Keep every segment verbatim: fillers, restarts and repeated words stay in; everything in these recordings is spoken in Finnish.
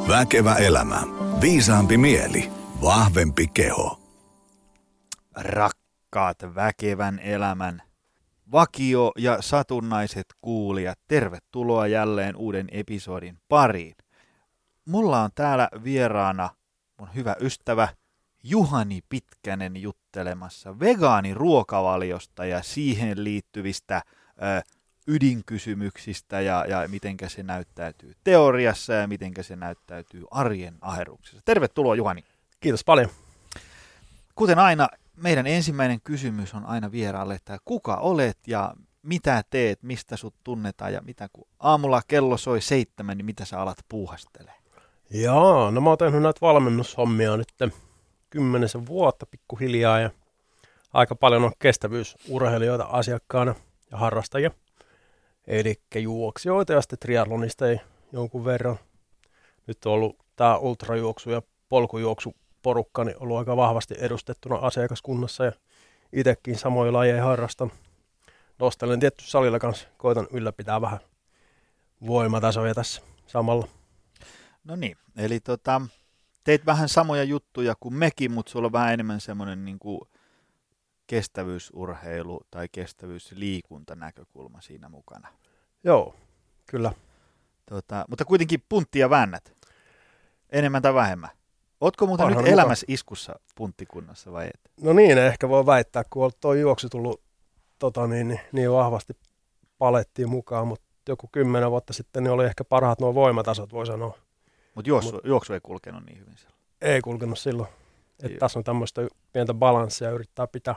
Väkevä elämä. Viisaampi mieli. Vahvempi keho. Rakkaat väkevän elämän vakio- ja satunnaiset kuulijat, tervetuloa jälleen uuden episodin pariin. Mulla on täällä vieraana mun hyvä ystävä Juhani Pitkänen juttelemassa vegaaniruokavaliosta ja siihen liittyvistä ö, ydinkysymyksistä ja, ja mitenkä se näyttäytyy teoriassa ja mitenkä se näyttäytyy arjen aherruksessa. Tervetuloa Juhani. Kiitos paljon. Kuten aina, meidän ensimmäinen kysymys on aina vieraalle, että kuka olet ja mitä teet, mistä sut tunnetaan ja mitä kun aamulla kello soi seitsemän, niin mitä sä alat puuhastelee? Jaa, no mä oon tehnyt näitä valmennushommia nyt kymmenisen vuotta pikkuhiljaa ja aika paljon on kestävyysurheilijoita asiakkaana ja harrastajia. Eli juoksijoita ja sitten triathlonista ei jonkun verran. Nyt on ollut tää ultrajuoksu ja polkujuoksuporukka niin ollut aika vahvasti edustettuna asiakaskunnassa ja itsekin samoja lajeja harrastan. Nostelen tietty salilla kanssa, koitan ylläpitää vähän voimatasoja tässä samalla. No niin, eli tota, teit vähän samoja juttuja kuin mekin, mutta sulla on vähän enemmän semmoinen niin kuin kestävyysurheilu tai kestävyysliikuntanäkökulma siinä mukana. Joo, kyllä. Tota, mutta kuitenkin punttia väännät, enemmän tai vähemmän. Ootko muuten Parhaan nyt mukaan. elämässä iskussa punttikunnassa vai et? No niin, ehkä voi väittää, kun on tuo juoksu tullut tota, niin, niin, niin vahvasti palettiin mukaan, mutta joku kymmenen vuotta sitten niin oli ehkä parhaat nuo voimatasot, voi sanoa. Mutta juoksu, Mut, juoksu ei kulkenut niin hyvin silloin. ei kulkenut silloin. Joo. Tässä on tämmöistä pientä balanssia yrittää pitää.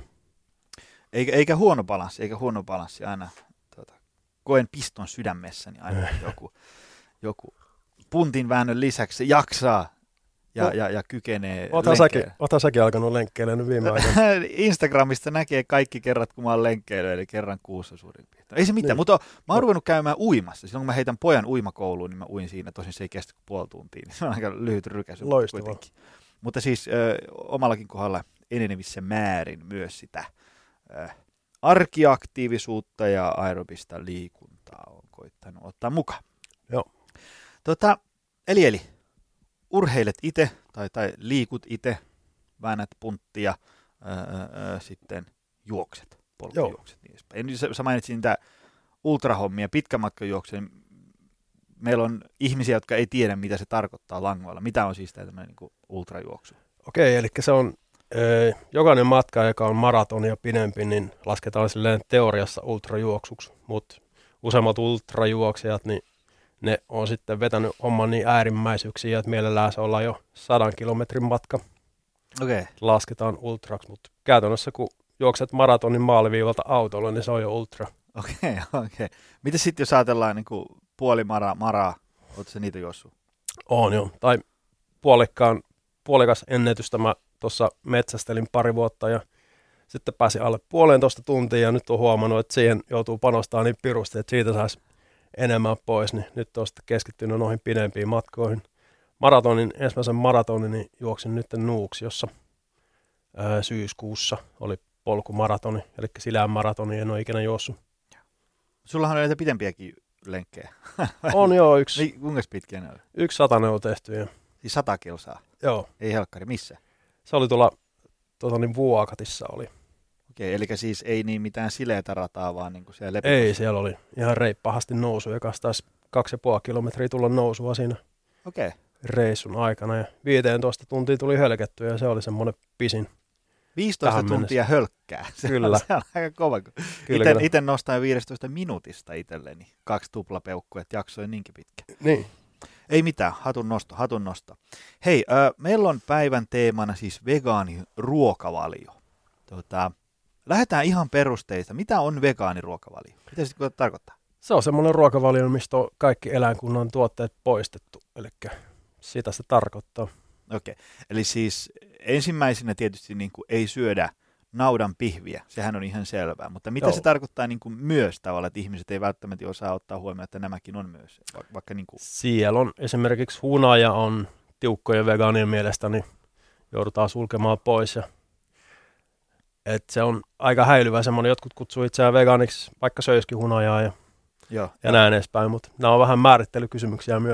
Eikä, eikä huono balanssi, eikä huono balanssi aina. Tota, koen piston sydämessäni aina joku, joku puntin väännön lisäksi jaksaa ja, no, ja, ja kykenee Oothan säkin, oothan säkin alkanut lenkkeilemään viime aikoina. Instagramista näkee kaikki kerrat, kun mä oon lenkkeily, eli kerran kuussa suurin piirtein. Ei se mitään, niin. mutta mä oon ruvennut käymään uimassa. Silloin kun mä heitän pojan uimakouluun, niin mä uin siinä. Tosin se ei kestä kuin puoli tuntia, niin se on aika lyhyt rykäsy. Loistavaa. Mutta siis ö, omallakin kohdalla enenevissä määrin myös sitä ö, arkiaktiivisuutta ja aerobista liikuntaa on koittanut ottaa mukaan. Joo. Tota, eli eli, urheilet itse tai, tai liikut itse, väännät punttia, ää, ää, sitten juokset, polkujuokset. Niin edespäin. Ja sä, sä mainitsin niitä ultrahommia, pitkämatkajuoksen. Meillä on ihmisiä, jotka ei tiedä, mitä se tarkoittaa langoilla. Mitä on siis tämä tämmöinen niin kuin ultrajuoksu? Okei, eli se on ö, jokainen matka, joka on maratonia pidempi, niin lasketaan silleen teoriassa ultrajuoksuksi, mutta useimmat ultrajuoksijat, niin ne on sitten vetänyt homman niin äärimmäisyyksiä, että mielellään se ollaan jo sadan kilometrin matka. Okei. Lasketaan ultraksi, mutta käytännössä kun juokset maratonin maaliviivalta autolla, niin se on jo ultra. Okei, okei. Miten sitten jos ajatellaan niin kuin puoli maraa, maraa, ootko sä niitä juossut? On jo, tai puolikkaan, puolikas ennätystä mä tuossa metsästelin pari vuotta ja sitten pääsin alle puolentoista tuntia ja nyt on huomannut, että siihen joutuu panostamaan niin pirusti, että siitä saisi enemmän pois, niin nyt on sitten keskittynyt noihin pidempiin matkoihin. Maratonin, ensimmäisen maratonin niin juoksin nyt Nuuksiossa ää, syyskuussa, oli polkumaratoni, eli Silään maratoni, en ole ikinä juossut. Sullahan on näitä pidempiäkin lenkkejä. On joo, yksi, Niin, kuinka pitkiä ne oli? yksi satanen on tehty. Ja, Siis sata kilsaa. joo, Ei helkkari, missä? se oli tuolla tuota, niin Vuokatissa oli. Okei, eli siis ei niin mitään sileätä rataa, vaan niin kuin siellä lepikossa. Ei, siellä oli ihan reippahasti nousu, joka taisi kaksi ja puoli kilometriä tulla nousua siinä Okei. reissun aikana. Ja viisitoista tuntia tuli hölkättyä ja se oli semmoinen pisin. viisitoista Tähän tuntia hölkkää. Se Kyllä. On, se on aika kova. Kyllä, Iten, kyllä. iten nostaa viidestätoista minuutista itselleni. Kaksi tuplapeukkua, että jakso ei niinkin pitkä. Niin. Ei mitään, hatun nosto, hatun nosto. Hei, äh, meillä on päivän teemana siis vegaaniruokavalio. Tota, lähdetään ihan perusteista. Mitä on vegaaniruokavalio? Mitä se tarkoittaa? Se on semmoinen ruokavalio, mistä on kaikki eläinkunnan tuotteet poistettu. Eli sitä se tarkoittaa. Okei, eli siis ensimmäisenä tietysti niin kuin ei syödä naudan pihviä, sehän on ihan selvää, mutta mitä Joo. se tarkoittaa niin kuin myös tavallaan, että ihmiset ei välttämättä osaa ottaa huomioon, että nämäkin on myös, vaikka niin kuin... Siellä on esimerkiksi hunaja on tiukkojen vegaanien mielestä, niin joudutaan sulkemaan pois. Ja et se on aika häilyvä semmoinen, jotkut kutsuu itseään vegaaniksi, vaikka söisikin hunajaa ja, Joo, ja näin edespäin, mutta nämä on vähän määrittelykysymyksiä myös.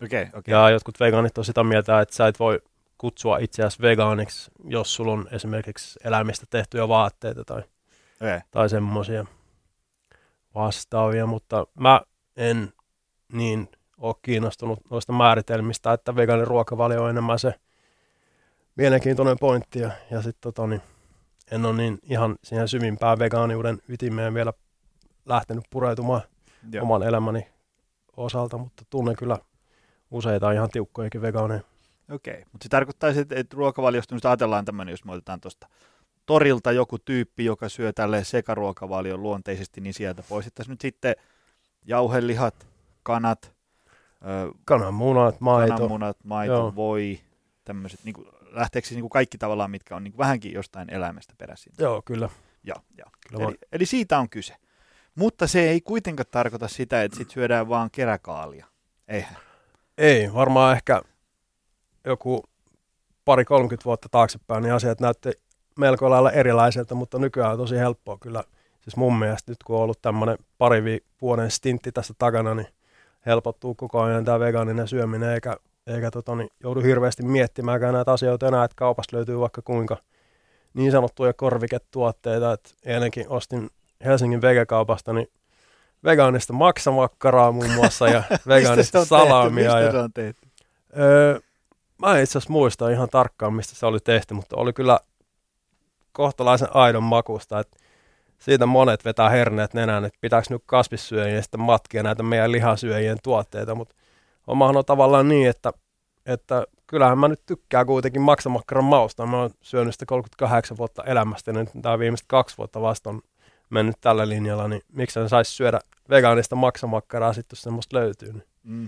Okei, okay, okei. Ja jotkut vegaanit on sitä mieltä, että sä et voi kutsua itseäsi vegaaniksi, jos sulla on esimerkiksi eläimistä tehtyjä vaatteita tai, Okay. tai semmoisia vastaavia, mutta mä en niin ole kiinnostunut noista määritelmistä, että vegaanin ruokavalio on enemmän se mielenkiintoinen pointti ja, ja sitten tota, niin en ole niin ihan siihen syvimpään vegaaniuden ytimeen vielä lähtenyt pureutumaan Joo. oman elämäni osalta, mutta tunnen kyllä useita ihan tiukkojakin vegaaneja. Okei, okay. Mutta se tarkoittaisi, että, että ruokavaliosta nyt ajatellaan tämmöinen, jos me otetaan tuosta torilta joku tyyppi, joka syö tälleen sekaruokavalion luonteisesti, niin sieltä poistettaisiin nyt sitten jauhelihat, kanat, ö, Kananmunat, maito. kananmunat, maito, Joo. voi, tämmöiset, niin kuin, lähteekö siis niin kuin kaikki tavallaan, mitkä on niin kuin vähänkin jostain eläimestä peräisin? Joo, kyllä. Ja, ja. kyllä Eli, eli siitä on kyse. Mutta se ei kuitenkaan tarkoita sitä, että sit syödään vaan keräkaalia. Eihän. Ei, varmaan ehkä joku pari kolmekymmentä vuotta taaksepäin, niin asiat näytti melko lailla erilaiselta, mutta nykyään on tosi helppoa kyllä. Siis mun mielestä nyt kun on ollut tämmöinen pari vi- vuoden stintti tässä takana, niin helpottuu koko ajan tämä vegaaninen syöminen, eikä, eikä tota, niin joudu hirveästi miettimäänkään näitä asioita enää, että kaupasta löytyy vaikka kuinka niin sanottuja korviketuotteita, että eilenkin ostin Helsingin vegekaupasta niin vegaanista maksamakkaraa muun muassa ja vegaanista salamia. Mistä ja, se on tehty? Öö, mä en itse asiassa muista ihan tarkkaan, mistä se oli tehty, mutta oli kyllä kohtalaisen aidon makusta, että siitä monet vetää herneet nenään, että pitääkö nyt kasvissyöjien sitten matkia näitä meidän lihasyöjien tuotteita, mutta omahan on tavallaan niin, että, että kyllähän mä nyt tykkään kuitenkin maksamakkaran mausta. Mä oon syönyt sitä kolmekymmentäkahdeksan vuotta elämästä ja nyt tämä viimeiset kaksi vuotta vasta on mennyt tällä linjalla, niin miksi en saisi syödä vegaanista maksamakkaraa sitten, jos semmoista löytyy. Niin. Mm.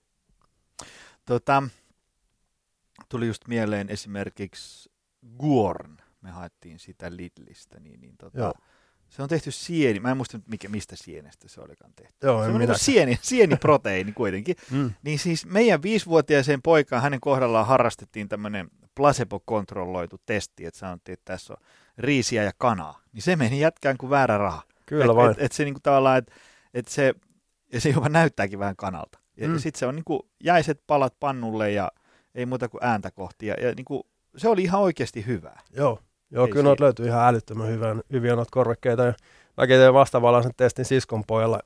Tota, tuli just mieleen esimerkiksi Guorn. Me haettiin sitä Lidlistä. Niin, niin tota, se on tehty sieni. Mä en muista mikä, mistä sienestä se olikaan tehty. Joo, se on niin sieni, sieniproteiini kuitenkin. Mm. Niin siis meidän viisivuotiaaseen poikaan hänen kohdallaan harrastettiin tämmöinen placebo-kontrolloitu testi, että sanottiin, että tässä on riisiä ja kanaa. Niin se meni jätkään kuin väärä raha. Kyllä vain. Että et se niinku tavallaan, että et se, ja se jopa näyttääkin vähän kanalta. Ja mm. sitten se on niinku jäiset palat pannulle ja ei muuta kuin ääntä kohti. Ja, ja niinku, se oli ihan oikeasti hyvää. Joo, Joo kyllä noita löytyy ihan älyttömän hyvää, hyviä noita korvikkeita. Ja mäkin tein vastaavallaisen testin siskon pojalla.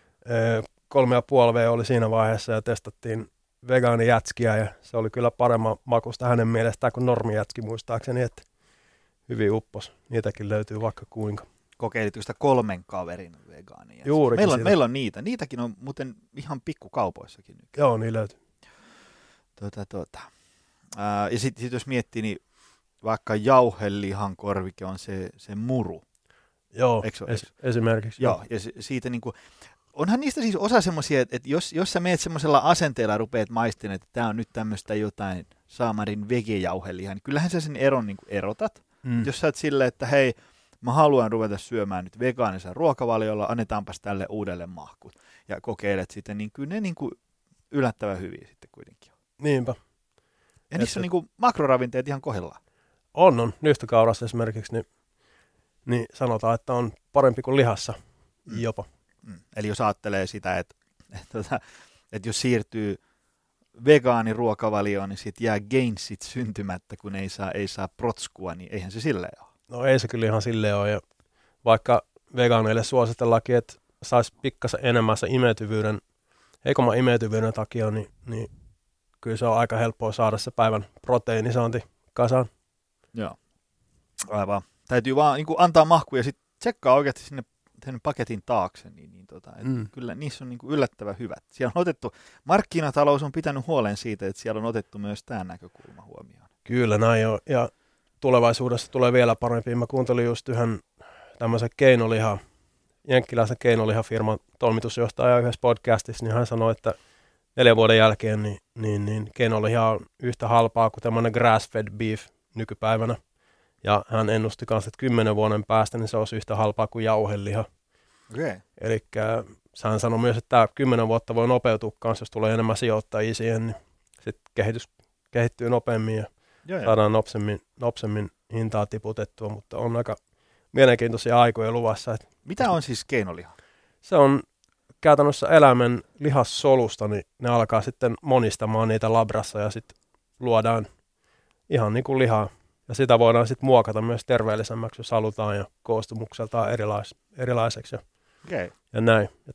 Kolme ja puoli V oli siinä vaiheessa ja testattiin vegaanijätskiä ja se oli kyllä paremman makusta hänen mielestään kuin normijätski muistaakseni, että hyvin uppos. Niitäkin löytyy vaikka kuinka. Kokeilitko sitä kolmen kaverin vegaania? Juurikin meillä on, meillä on niitä. Niitäkin on muuten ihan pikkukaupoissakin nyt. Joo, niin löytyy. Tuota, tuota. Ää, ja sitten sit jos miettii, niin vaikka jauhelihan korvike on se, se muru. Joo, es, esimerkiksi. Joo, ja se, siitä niinku, onhan niistä siis osa semmoisia, että, että jos, jos sä meet semmoisella asenteella ja rupeat maistamaan, että tämä on nyt tämmöistä jotain saamarin vegejauhelihaa, niin kyllähän sä sen eron niinku erotat. Mm. Jos sä oot silleen, että hei, mä haluan ruveta syömään nyt vegaanisen ruokavaliolla, annetaanpas tälle uudelle mahkut. Ja kokeilet sitten, niin kyllä ne niin kuin yllättävän hyviä sitten kuitenkin on. Niinpä. Ja et niissä on niin kuin makroravinteet ihan kohdallaan. On, on. Nyhtökaurassa esimerkiksi, niin, niin sanotaan, että on parempi kuin lihassa mm. jopa. Mm. Eli jos ajattelee sitä, että, että, että, että jos siirtyy vegaaniruokavalioon, niin sitten jää gainsit syntymättä, kun ei saa, ei saa protskua, niin eihän se silleen ole. No ei se kyllä ihan silleen ole, ja vaikka vegaaneille suositellaankin, että saisi pikkasen enemmän se imeytyvyyden, heikomman imeytyvyyden takia, niin, niin kyllä se on aika helppoa saada se päivän proteiinisaanti kasaan. Joo, aivan. Täytyy vaan niin kuin antaa mahku ja sitten tsekkaa oikeasti sinne sen paketin taakse, niin, niin tota, mm. kyllä niissä on niin kuin yllättävän hyvät. Siellä on otettu, markkinatalous on pitänyt huolen siitä, että siellä on otettu myös tämä näkökulma huomioon. Kyllä näin on, ja tulevaisuudessa tulee vielä parempi. Mä kuuntelin just yhden tämmöisen keinoliha, jenkkiläisen keinolihafirman toimitusjohtaja yhdessä podcastissa, niin hän sanoi, että neljän vuoden jälkeen niin, niin, niin keinoliha on yhtä halpaa kuin tämmöinen grass-fed beef nykypäivänä. Ja hän ennusti kanssa, että kymmenen vuoden päästä niin se olisi yhtä halpaa kuin jauheliha. Okay. Eli hän sanoi myös, että tämä kymmenen vuotta voi nopeutua kanssa, jos tulee enemmän sijoittajia siihen, niin sitten kehitys kehittyy nopeammin ja joo, saadaan nopsemmin, nopsemmin hintaa tiputettua, mutta on aika mielenkiintoisia aikoja luvassa. Että mitä on siis keinoliha? Se on käytännössä eläimen lihassolusta, niin ne alkaa sitten monistamaan niitä labrassa ja sitten luodaan ihan niin kuin lihaa. Ja sitä voidaan sitten muokata myös terveellisemmäksi, jos halutaan, ja koostumukseltaan erilais, erilaiseksi ja, Okay. ja näin. Et,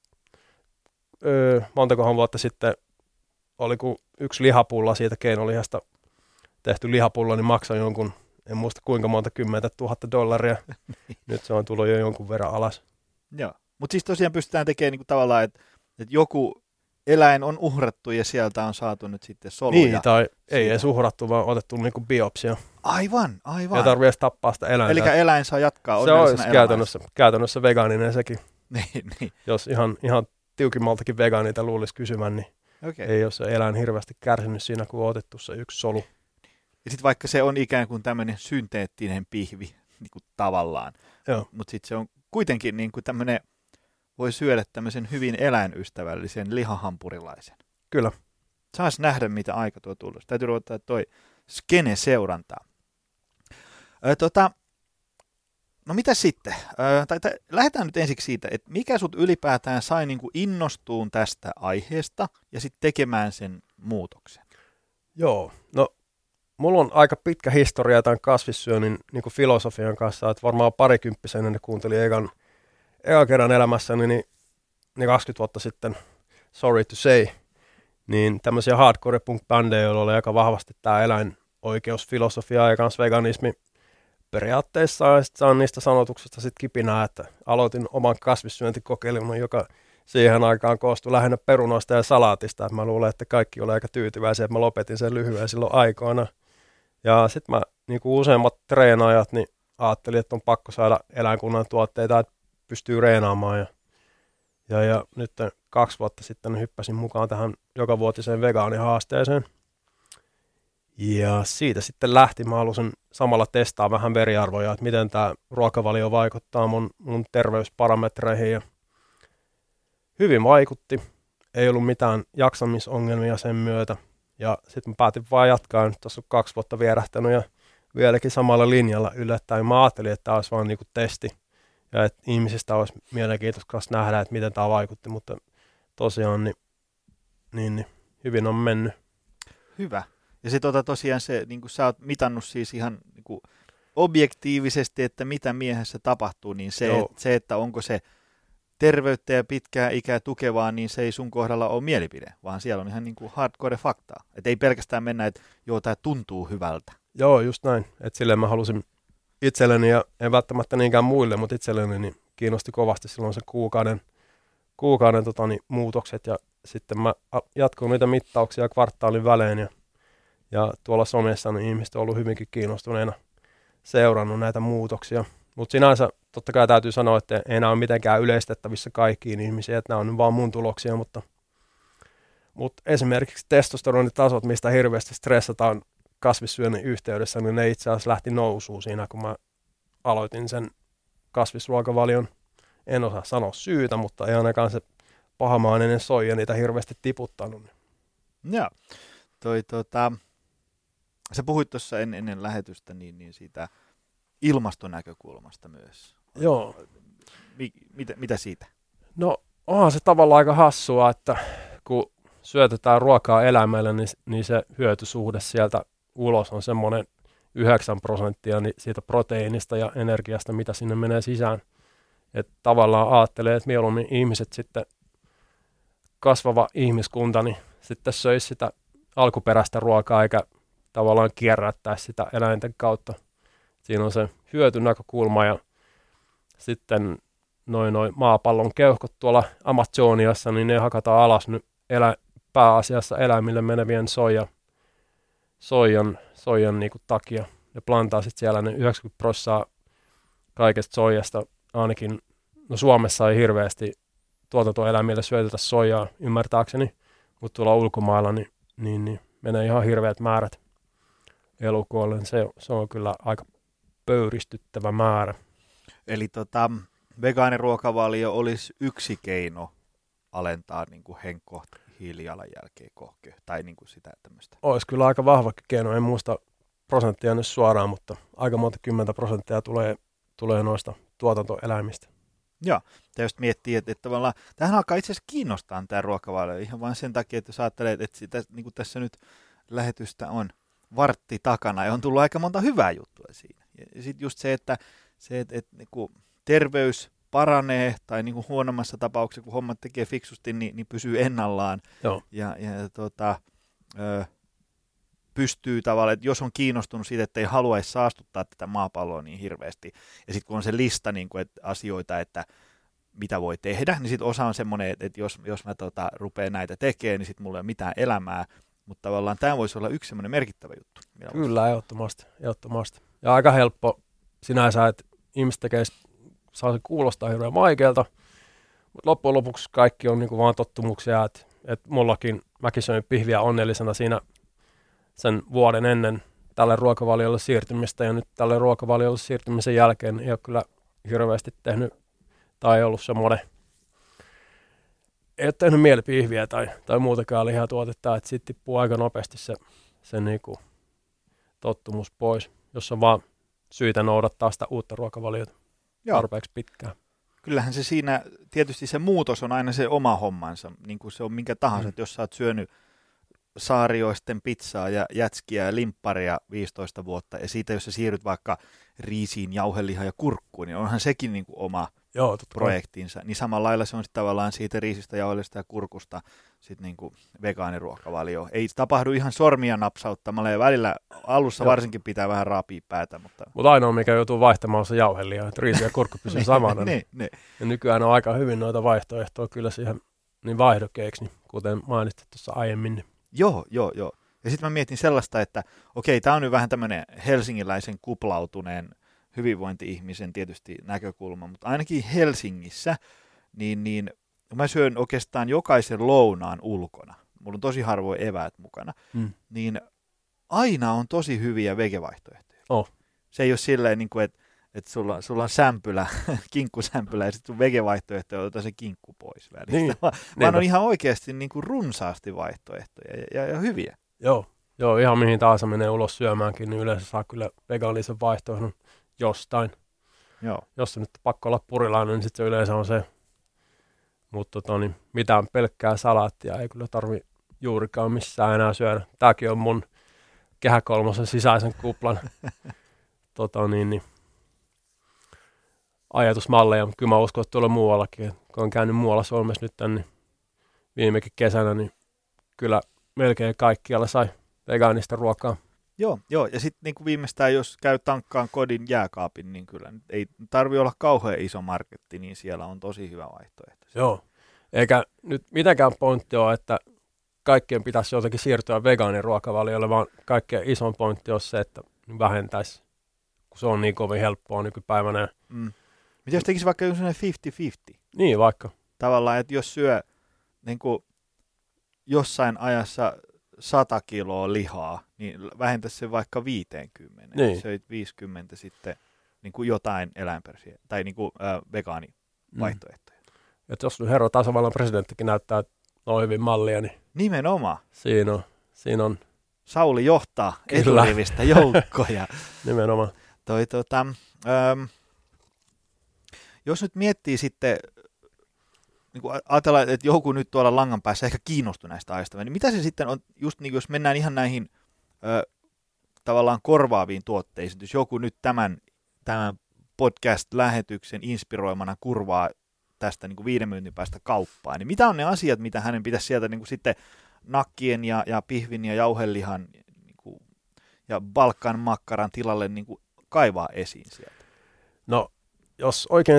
öö, montakohan vuotta sitten oli, kun yksi lihapulla siitä keinolihasta tehty lihapulla, niin maksoi jonkun, en muista kuinka monta kymmentä tuhatta dollaria. Nyt se on tullut jo jonkun verran alas. Joo. Mutta siis tosiaan pystytään tekemään niinku tavallaan, että et joku eläin on uhrattu ja sieltä on saatu nyt sitten soluja. Niin, tai siitä ei edes uhrattu, vaan otettu niinku biopsia. Aivan, aivan. Ei tarvitse edes tappaa sitä eläintä. Eli eläin saa jatkaa se onnellisena olisi käytännössä, käytännössä vegaaninen sekin. niin, niin. Jos ihan, ihan tiukimmaltakin vegaanita luulisi kysymään, niin Okay. ei ole se eläin hirveästi kärsinyt siinä, kun on otettu se yksi solu. Ja sitten vaikka se on ikään kuin tämmöinen synteettinen pihvi niin kuin tavallaan, mutta sitten se on kuitenkin niin kuin tämmöinen, voi syödä tämmöisen hyvin eläinystävällisen lihahampurilaisen. Kyllä. Saas nähdä, mitä aika tuo tullut. Täytyy ruveta toi skene-seurantaa. Ö, tota, no mitä sitten? Ö, tai, tai, lähdetään nyt ensiksi siitä, että mikä sut ylipäätään sai niin kuin innostuun tästä aiheesta ja sitten tekemään sen muutoksen? Joo, no mulla on aika pitkä historia tämän kasvissyönnin niin kuin filosofian kanssa, että varmaan parikymppisenä ne kuuntelin ekan, ekan kerran elämässäni, niin, niin kaksikymmentä vuotta sitten, sorry to say, niin tämmöisiä hardcore punk-bändejä, joilla oli aika vahvasti tämä eläinoikeusfilosofia ja kans veganismi periaatteessa, ja sitten saan niistä sanotuksista sitten kipinää, että aloitin oman kasvissyöntikokeilun, joka siihen aikaan koostui lähinnä perunoista ja salaatista, että mä luulen, että kaikki oli aika tyytyväisiä, että mä lopetin sen lyhyen silloin aikoina. Ja sitten mä, niin kuin useimmat treenaajat, niin ajattelin, että on pakko saada eläinkunnan tuotteita, että pystyy reenaamaan. Ja, ja, ja nyt kaksi vuotta sitten hyppäsin mukaan tähän jokavuotiseen vegaanihaasteeseen. Ja siitä sitten lähti. Mä halusin samalla testaa vähän veriarvoja, että miten tämä ruokavalio vaikuttaa mun, mun terveysparametreihin. Ja hyvin vaikutti. Ei ollut mitään jaksamisongelmia sen myötä. Ja sitten mä päätin vaan jatkaa. Nyt tässä on kaksi vuotta vierähtänyt ja vieläkin samalla linjalla yllättäen. Mä ajattelin, että tämä olisi vaan niinku testi. Ja että ihmisistä olisi mielenkiintoista nähdä, että miten tämä vaikutti. Mutta tosiaan niin, niin, niin hyvin on mennyt. Hyvä. Ja sitten tota tosiaan se, niin kuin sä oot mitannut siis ihan niin kuin objektiivisesti, että mitä miehessä tapahtuu, niin se, et, se, että onko se terveyttä ja pitkää ikää tukevaa, niin se ei sun kohdalla ole mielipide, vaan siellä on ihan niin kuin hardcore faktaa. Että ei pelkästään mennä, että joo, tämä tuntuu hyvältä. Joo, just näin. Että silleen mä halusin itselleni, ja en välttämättä niinkään muille, mutta itselleni niin kiinnosti kovasti silloin se kuukauden, kuukauden tota, niin, muutokset, ja sitten mä jatkoin niitä mittauksia kvartaalin välein, ja, ja tuolla somessa niin ihmiset on ollut hyvinkin kiinnostuneena seurannut näitä muutoksia. Mutta sinänsä totta kai täytyy sanoa, että ei nämä ole mitenkään yleistettävissä kaikkiin ihmisiin, että nämä on vaan mun tuloksia, mutta, mutta esimerkiksi testosteronitasot, mistä hirveästi stressataan kasvissyönnin yhteydessä, niin ne itse asiassa lähti nousuun siinä, kun mä aloitin sen kasvisruokavalion. En osaa sanoa syytä, mutta ei ainakaan se pahamainen soija niitä hirveästi tiputtanut. Joo, toi tota, sä puhuit tuossa en, ennen lähetystä niin, niin siitä ilmastonäkökulmasta myös. Joo. Mi, mitä, mitä siitä? No onhan se tavallaan aika hassua, että kun syötetään ruokaa eläimelle, niin, niin se hyötysuhde sieltä ulos on semmoinen yhdeksän prosenttia siitä proteiinista ja energiasta, mitä sinne menee sisään. Että tavallaan ajattelee, että mieluummin ihmiset sitten, kasvava ihmiskunta, niin sitten söisi sitä alkuperäistä ruokaa, eikä tavallaan kierrättäisi sitä eläinten kautta. Siinä on se hyötynäkökulma, ja sitten noin noi maapallon keuhkot tuolla Amazoniassa, niin ne hakataan alas nyt elä, pääasiassa eläimille menevien soija, soijan, soijan niinku takia. Ne plantaa sitten siellä ne yhdeksänkymmentä prosenttia kaikesta soijasta, ainakin no Suomessa ei hirveästi tuotantoeläimille syötetä soijaa ymmärtääkseni, mutta tuolla ulkomailla niin, niin, niin menee ihan hirveät määrät elukoille. Se, se on kyllä aika pöyristyttävä määrä. Eli tota, vegaaniruokavalio olisi yksi keino alentaa niin kuin henkkohta hiilijalanjälkeä kohke, tai niin kuin sitä tämmöistä. Olisi kyllä aika vahva keino, en muista prosenttia nyt suoraan, mutta aika monta kymmentä prosenttia tulee, tulee noista tuotantoeläimistä. Joo, ja jos miettii, että, että tavallaan, tämähän alkaa itse asiassa kiinnostaa tämä ruokavalio ihan vain sen takia, että jos ajattelee, että sitä, niin kuin tässä nyt lähetystä on vartti takana ja on tullut aika monta hyvää juttua siinä. Ja sitten just se, että, se, että, että niin kuin terveys paranee tai niin kuin huonommassa tapauksessa, kun hommat tekee fiksusti, niin, niin pysyy ennallaan. Joo. Ja, ja tota, ö, pystyy tavallaan, että jos on kiinnostunut siitä, että ei haluaisi saastuttaa tätä maapalloa niin hirveästi, ja sitten kun on se lista niin kuin, että asioita, että mitä voi tehdä, niin sitten osa on semmoinen, että, että jos, jos mä tota, rupean näitä tekemään, niin sitten mulla ei ole mitään elämää, mutta tavallaan tämä voisi olla yksi semmoinen merkittävä juttu. Kyllä, ehdottomasti, ehdottomasti. Ja aika helppo sinänsä, että ihmiset tekee, saa se kuulostaa hirveän vaikealta, mutta loppujen lopuksi kaikki on niinku vaan tottumuksia, että, että mullakin, mäkin söin pihviä onnellisena siinä sen vuoden ennen tälle ruokavaliolle siirtymistä, ja nyt tälle ruokavaliolle siirtymisen jälkeen ei ole kyllä hirveästi tehnyt, tai ei ollut semmoinen, ei ole tehnyt mielipihviä tai, tai muutakaan lihatuotetta, että sitten tippuu aika nopeasti se, se niinku tottumus pois, jos on vaan syytä noudattaa sitä uutta ruokavaliota tarpeeksi pitkään. Kyllähän se siinä, tietysti se muutos on aina se oma hommansa, niin kuin se on minkä tahansa, mm. että jos sä oot syönyt saarioisten pizzaa ja jätskiä ja limpparia viisitoista vuotta, ja siitä jos sä siirryt vaikka riisiin, jauhelihaan ja kurkkuun, niin onhan sekin niin kuin oma Joo, projektinsa. Niin samalla lailla se on sitten tavallaan siitä riisistä, jauhelista ja kurkusta sitten niin kuin vegaaniruokavalio. Ei tapahdu ihan sormia napsauttamalla, ja välillä alussa Joo. varsinkin pitää vähän raapia päätä. Mutta Mut ainoa, mikä joutuu vaihtamaan, on se jauheliha, että riisi ja kurkku pysyy samana. ne, ne. Ja nykyään on aika hyvin noita vaihtoehtoja kyllä siihen niin vaihdokkeeksi, niin kuten mainitsit tuossa aiemmin. Niin Joo, joo, joo. Ja sitten mä mietin sellaista, että okei, tämä on nyt vähän tämmöinen helsingiläisen kuplautuneen hyvinvointi-ihmisen tietysti näkökulma, mutta ainakin Helsingissä, niin, niin mä syön oikeastaan jokaisen lounaan ulkona. Mulla on tosi harvoin eväät mukana. Mm. Niin aina on tosi hyviä vegevaihtoehtoja. Oh. Se ei ole silleen, niin kuin, että, että sulla, sulla on sämpylä, kinkkusämpylä, ja sitten sun vegevaihtoehto on se kinkku pois välistä. Niin. Vaan, vaan on ihan oikeasti niin kuin runsaasti vaihtoehtoja ja, ja, ja hyviä. Joo. Joo, ihan mihin tahansa menee ulos syömäänkin, niin yleensä saa kyllä vegaanisen vaihtoehdon jostain. Joo. Jos se nyt pakko olla purilainen, niin sitten se yleensä on se. Mutta tota, niin mitään pelkkää salaattia ei kyllä tarvi juurikaan missään enää syödä. Tämäkin on mun kehäkolmosen sisäisen kuplan tota, niin, niin, ajatusmalleja. Kyllä mä uskon, että tuolla muuallakin. Kun on käynyt muualla Suomessa nyt tänne niin viimekin kesänä, niin kyllä melkein kaikkialla sai vegaanista ruokaa. Joo, joo. Ja sitten niin viimeistään, jos käy tankkaan kodin jääkaapin, niin kyllä ei tarvitse olla kauhean iso marketti, niin siellä on tosi hyvä vaihtoehto. Joo, eikä nyt mitenkään pointti ole, että kaikkien pitäisi jotenkin siirtyä vegaanin ruokavaliolle, vaan kaikkein ison pointti on se, että vähentäisi, kun se on niin kovin helppoa nykypäivänä. Mm. Mitä jos tekisi vaikka sellainen viisikymmentä viisikymmentä? Niin, vaikka. Tavallaan, että jos syö niin kuin jossain ajassa sata kiloa lihaa, niin vähentäisi se vaikka viisikymmentä. Niin. Söit viisikymmentä sitten niin kuin jotain eläinperäisiä tai niin kuin, äh, vegaanivaihtoehtoja. Mm. Että jos nyt herra tasavallan presidenttikin näyttää noin hyvin mallia, niin nimenomaan. Siinä on. Siinä on. Sauli johtaa eturivistä joukkoja. Nimenomaan. Toi, tota, ähm, jos nyt miettii sitten, niin kuin ajatellaan, että joku nyt tuolla langan päässä ehkä kiinnostui näistä aiheista, niin mitä se sitten on, just niin, jos mennään ihan näihin ö, tavallaan korvaaviin tuotteisiin, jos joku nyt tämän, tämän podcast-lähetyksen inspiroimana kurvaa tästä niin kuin viiden minuutin päästä kauppaan, niin mitä on ne asiat, mitä hänen pitäisi sieltä niin kuin sitten nakkien ja, ja pihvin ja jauhelihan niin kuin, ja Balkan makkaran tilalle niin kuin kaivaa esiin sieltä? No, jos oikein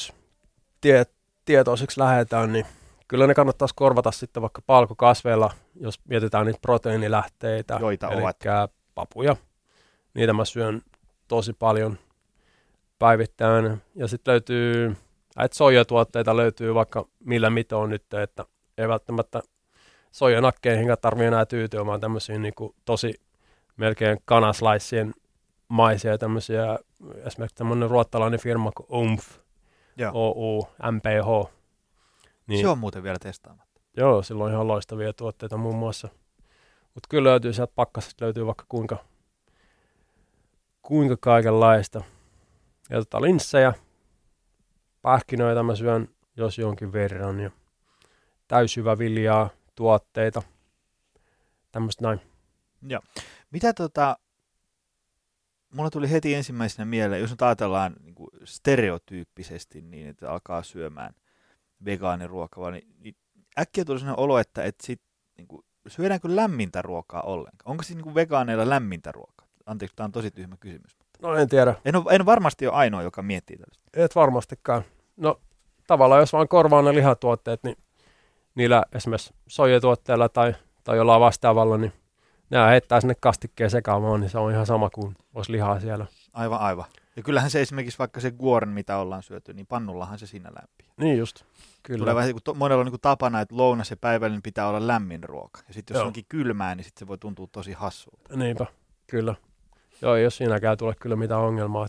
terveystietoisiksi lähdetään, niin kyllä ne kannattaisi korvata sitten vaikka palkokasveilla, jos mietitään niitä proteiinilähteitä, joita eli ovat papuja. Niitä mä syön tosi paljon päivittäin. Ja sitten löytyy, että soijatuotteita löytyy vaikka millä mitoon nyt, että ei välttämättä soijanakkeihin tarvitse enää tyytyä, vaan tämmöisiä niin kuin tosi melkein kanaslaissien maisia tämmöisiä, esimerkiksi tämmöinen ruottalainen firma kuin O M F, O U M P H. Niin, se on muuten vielä testaamatta. Joo, sillä on ihan loistavia tuotteita muun muassa. Mutta kyllä löytyy sieltä pakkasesta, löytyy vaikka kuinka, kuinka kaikenlaista. Ja tota linssejä, pähkinöitä mä syön jos jonkin verran ja täysjyväviljaa, tuotteita, tämmöistä näin. Joo. Mitä tota, mulla tuli heti ensimmäisenä mieleen, jos nyt ajatellaan niin kuin stereotyyppisesti niin, että alkaa syömään vegaaniruokaa, niin, niin äkkiä tuli sellainen olo, että, että sit, niin kuin, syödäänkö lämmintä ruokaa ollenkaan? Onko siis niin kuin vegaaneilla lämmintä ruokaa? Anteeksi, tämä on tosi tyhmä kysymys. Mutta No en tiedä. en, ole, en varmasti ole ainoa, joka miettii tällaista. Et varmastikaan. No tavallaan jos vaan korvaa ne lihatuotteet, niin niillä esimerkiksi soijatuotteilla tai, tai jollain vastaavalla, niin nämä heittää sinne kastikkeen sekaamaan, niin se on ihan sama kuin olisi lihaa siellä. Aivan, aivan. Ja kyllähän se esimerkiksi vaikka se guoren, mitä ollaan syöty, niin pannullahan se siinä lämpiää. Niin just, kyllä. Tulee vähän niin kuin to, monella on niin kuin tapana, että lounas ja päivällinen pitää olla lämmin ruoka. Ja sitten jos Joo. onkin kylmää, niin sitten se voi tuntua tosi hassulta. Niinpä, kyllä. Joo, ei jos siinäkään tule kyllä mitään ongelmaa.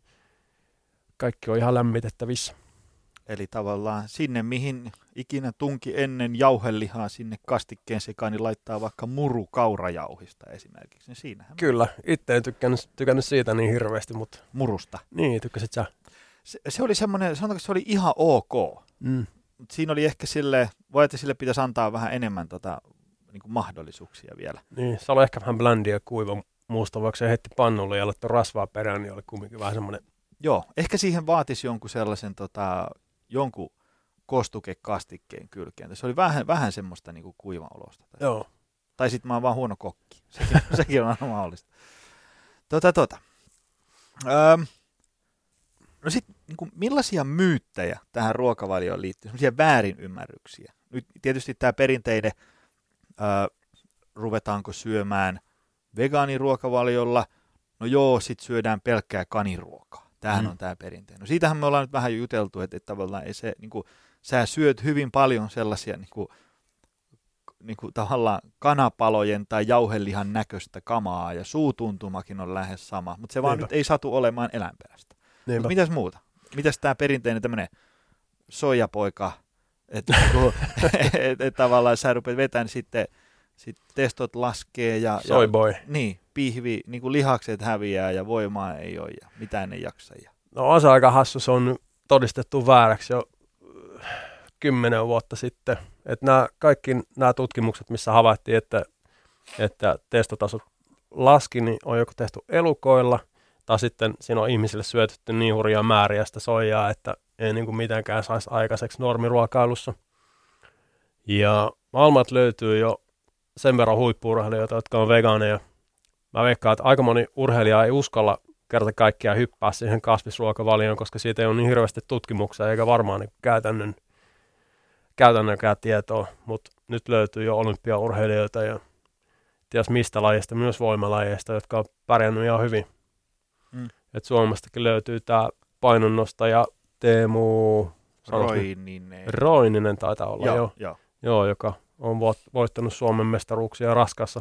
Kaikki on ihan lämmitettävissä. Eli tavallaan sinne, mihin ikinä tunki ennen jauhelihaa sinne kastikkeen sekaan, niin laittaa vaikka muru kaurajauhista esimerkiksi. Niin siinähän Kyllä, itse en tykännyt, tykännyt siitä niin hirveästi, mutta murusta. niin, tykkäsit sä? Se, se oli semmoinen, sanotaanko se oli ihan ok. Mm. Mut siinä oli ehkä sille, voi että sille pitäisi antaa vähän enemmän tota, niin kuin mahdollisuuksia vielä. Niin, se oli ehkä vähän bländiä kuiva muusta, vaikka se heitti pannulle ja laittoi rasvaa perään, niin oli kumminkin vähän semmoinen. Joo, ehkä siihen vaatisi jonkun sellaisen tota, jonkun kostukekastikkeen kylkeen. Se oli vähän, vähän semmoista niin kuin kuivan olosta. Joo. Tai sitten mä oon vaan huono kokki. Sekin, sekin on aina mahdollista. Tota, tota. Öm, no sitten, niin millaisia myyttejä tähän ruokavalioon liittyy? Sellaisia väärinymmärryksiä. Nyt tietysti tämä perinteinen, ö, ruvetaanko syömään vegaaniruokavaliolla? No joo, sitten syödään pelkkää kaniruokaa. Tämähän mm. on tämä perinteinen. No siitähän me ollaan nyt vähän juteltu, että, että tavallaan ei se, niin kuin, sä syöt hyvin paljon sellaisia niin kuin, niin kuin, tavallaan kanapalojen tai jauhelihan näköistä kamaa, ja suutuntumakin on lähes sama, mutta se vaan Niinpä. nyt ei satu olemaan eläinperäistä. Mutta mitäs muuta? Mitäs tämä perinteinen tämmöinen soijapoika, että niinku, et, et, tavallaan sä rupeat vetämään, sitten sit testot laskee ja, Soyboy. ja niin, pihvi, niin kuin lihakset häviää ja voimaa ei ole ja mitään ei jaksa. Ja. No on se aika hassu, se on todistettu vääräksi jo kymmenen vuotta sitten. Että nämä, kaikki nämä tutkimukset, missä havaittiin, että, että testotasot laski, niin on joko tehty elukoilla, tai sitten siinä on ihmisille syötetty niin hurjaa määriä sitä soijaa, että ei niin kuin mitenkään saisi aikaiseksi normiruokailussa. Ja maailmalta löytyy jo sen verran huippu-urheilijoita, jotka on vegaaneja. Mä veikkaan, että aika moni urheilija ei uskalla kerta kaikkiaan hyppää siihen kasvisruokavalioon, koska siitä ei ole niin hirveästi tutkimuksia eikä varmaan niin käytännön, käytännönkään tietoa. Mutta nyt löytyy jo olympiaurheilijoita ja ties mistä lajista, myös voimalajeista, jotka on pärjännyt ihan hyvin. Mm. Et Suomestakin löytyy tämä painonnostaja Teemu Roininen. Roininen taitaa olla, joo, jo. joo. Joo, joka on voittanut Suomen mestaruuksia raskassa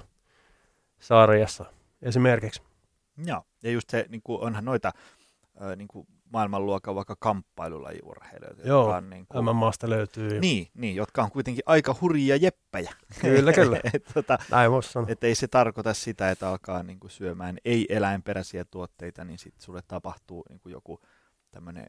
sarjassa esimerkiksi. Joo, ja just se, niin kuin onhan noita äh, niin kuin maailmanluokan vaikka kamppailulajiurheilijoita. Joo, jotka on, niin kuin, M M A:sta löytyy. Niin, niin, jotka on kuitenkin aika hurjia jeppejä. Kyllä, kyllä. et, tota, Näin voisi sanoa. Että ei se tarkoita sitä, että alkaa niin kuin syömään ei-eläinperäisiä tuotteita, niin sitten sulle tapahtuu niin kuin joku tämmöinen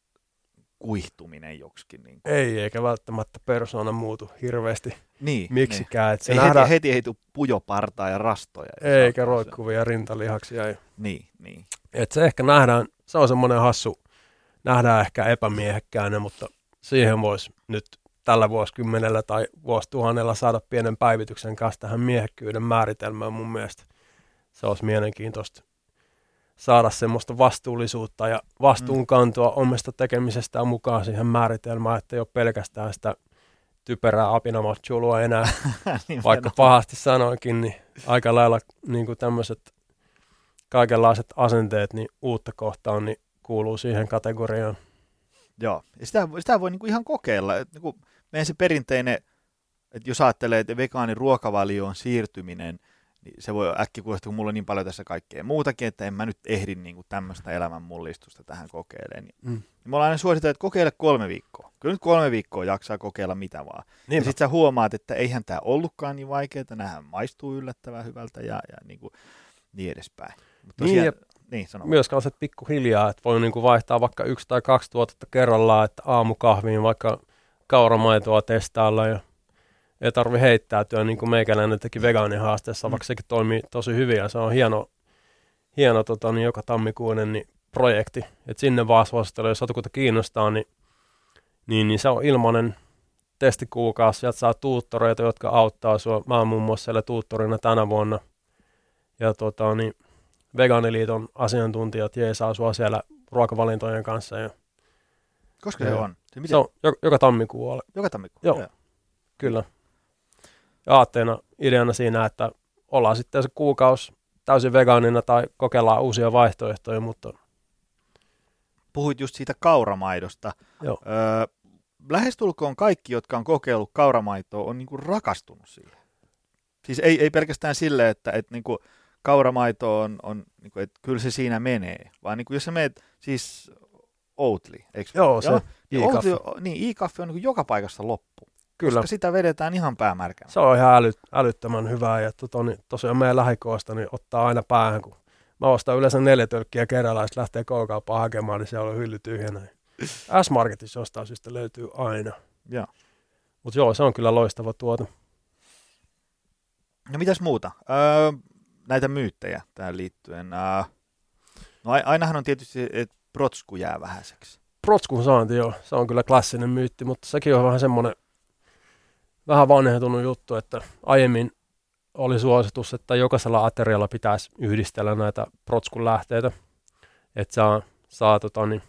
kuihtuminen joksikin. Niin kuin. Ei, eikä välttämättä persoona muutu hirveästi niin, miksikään. Niin. Että se ei nähdään... heti, heti heitu pujopartaa ja rastoja. Eikä roikkuvia rintalihaksia. Ei. Niin, niin. Et se ehkä nähdään, se on semmoinen hassu, nähdään ehkä epämiehekkäänä, mutta siihen voisi nyt tällä vuosikymmenellä tai vuosituhannella saada pienen päivityksen kanssa tähän miehekkyyden määritelmään mun mielestä. Se olisi mielenkiintoista saada semmoista vastuullisuutta ja vastuunkantoa omasta tekemisestään mukaan siihen määritelmään, että ei ole pelkästään sitä typerää apinamotsulua enää, vaikka pahasti sanoinkin, niin aika lailla niin kuin tämmöiset kaikenlaiset asenteet niin uutta kohtaan niin kuuluu siihen kategoriaan. Joo, ja sitä, sitä voi niinku ihan kokeilla. Et niinku, meidän se perinteinen, että jos ajattelee, että vegaanin ruokavalioon siirtyminen, niin se voi äkkiä kuulostaa, kun mulla on niin paljon tässä kaikkea muutakin, että en mä nyt ehdi niinku tämmöistä elämän mullistusta tähän kokeilemaan. Mm. Niin me ollaan aina suositeltu, että kokeile kolme viikkoa. Kyllä nyt kolme viikkoa jaksaa kokeilla mitä vaan. Niinpä. Ja sitten sä huomaat, että eihän tämä ollutkaan niin vaikeaa, näähän maistuu yllättävän hyvältä ja, ja niin, kuin, niin edespäin. Mutta tosiaan, niin, niin, sano. Myös kanssa pikkuhiljaa, että voi niinku vaihtaa vaikka yksi tai kaksi tuotetta kerrallaan, että aamukahviin vaikka kauramaitoa testailla ja ei tarvi heittäytyä niin kuin meikäläinen teki vegaanihaasteessa, mm. vaikka sekin toimii tosi hyvin ja se on hieno, hieno tota, niin joka tammikuinen niin projekti. Et sinne vaan suosittelen, jos jotakuta kiinnostaa, niin, niin, niin se on ilmainen testikuukausi. Sieltä saa tuuttoreita, jotka auttaa sua. Mä oon muun muassa siellä tuuttorina tänä vuonna. Ja tota, niin, Vegaaniliiton asiantuntijat jeesaa sua siellä ruokavalintojen kanssa. Ja, koska ja, se on? Se, se on joka, joka tammikuu. Joka tammikuu? Joo, ja. Kyllä. Ja aatteena, ideana siinä, että ollaan sitten se kuukausi täysin vegaanina tai kokeillaan uusia vaihtoehtoja, mutta... Puhuit just siitä kauramaidosta. Joo. Öö, lähestulkoon kaikki, jotka on kokeillut kauramaitoa, on niinku rakastunut siihen. Siis ei, ei pelkästään sille, että et niinku kauramaito on, on niinku, että kyllä se siinä menee, vaan niinku, jos sä meet siis Oatly, eikö? Joo, se i-kaffe. Niin, i-kaffe on niinku joka paikassa loppu. Kyllä. Koska sitä vedetään ihan päämärkänä. Se on ihan äly, älyttömän hyvää ja tota, niin, tosiaan meidän lähikoosta niin ottaa aina päähän, kun mä ostan yleensä neljä tölkkiä kerralla ja sitten lähtee K-kauppaan hakemaan, niin siellä on hylly tyhjänä. S-Marketissa jostain syystä löytyy aina. Mutta joo, se on kyllä loistava tuote. No mitäs muuta? Öö, näitä myyttejä tähän liittyen. Öö, no ainahan on tietysti, että protsku jää vähäiseksi. Protskun saanti, joo. Se on kyllä klassinen myytti, mutta sekin on vähän semmoinen vähän vanhentunut juttu, että aiemmin oli suositus, että jokaisella aterialla pitäisi yhdistellä näitä protskun lähteitä, että saa, saa tota, niin,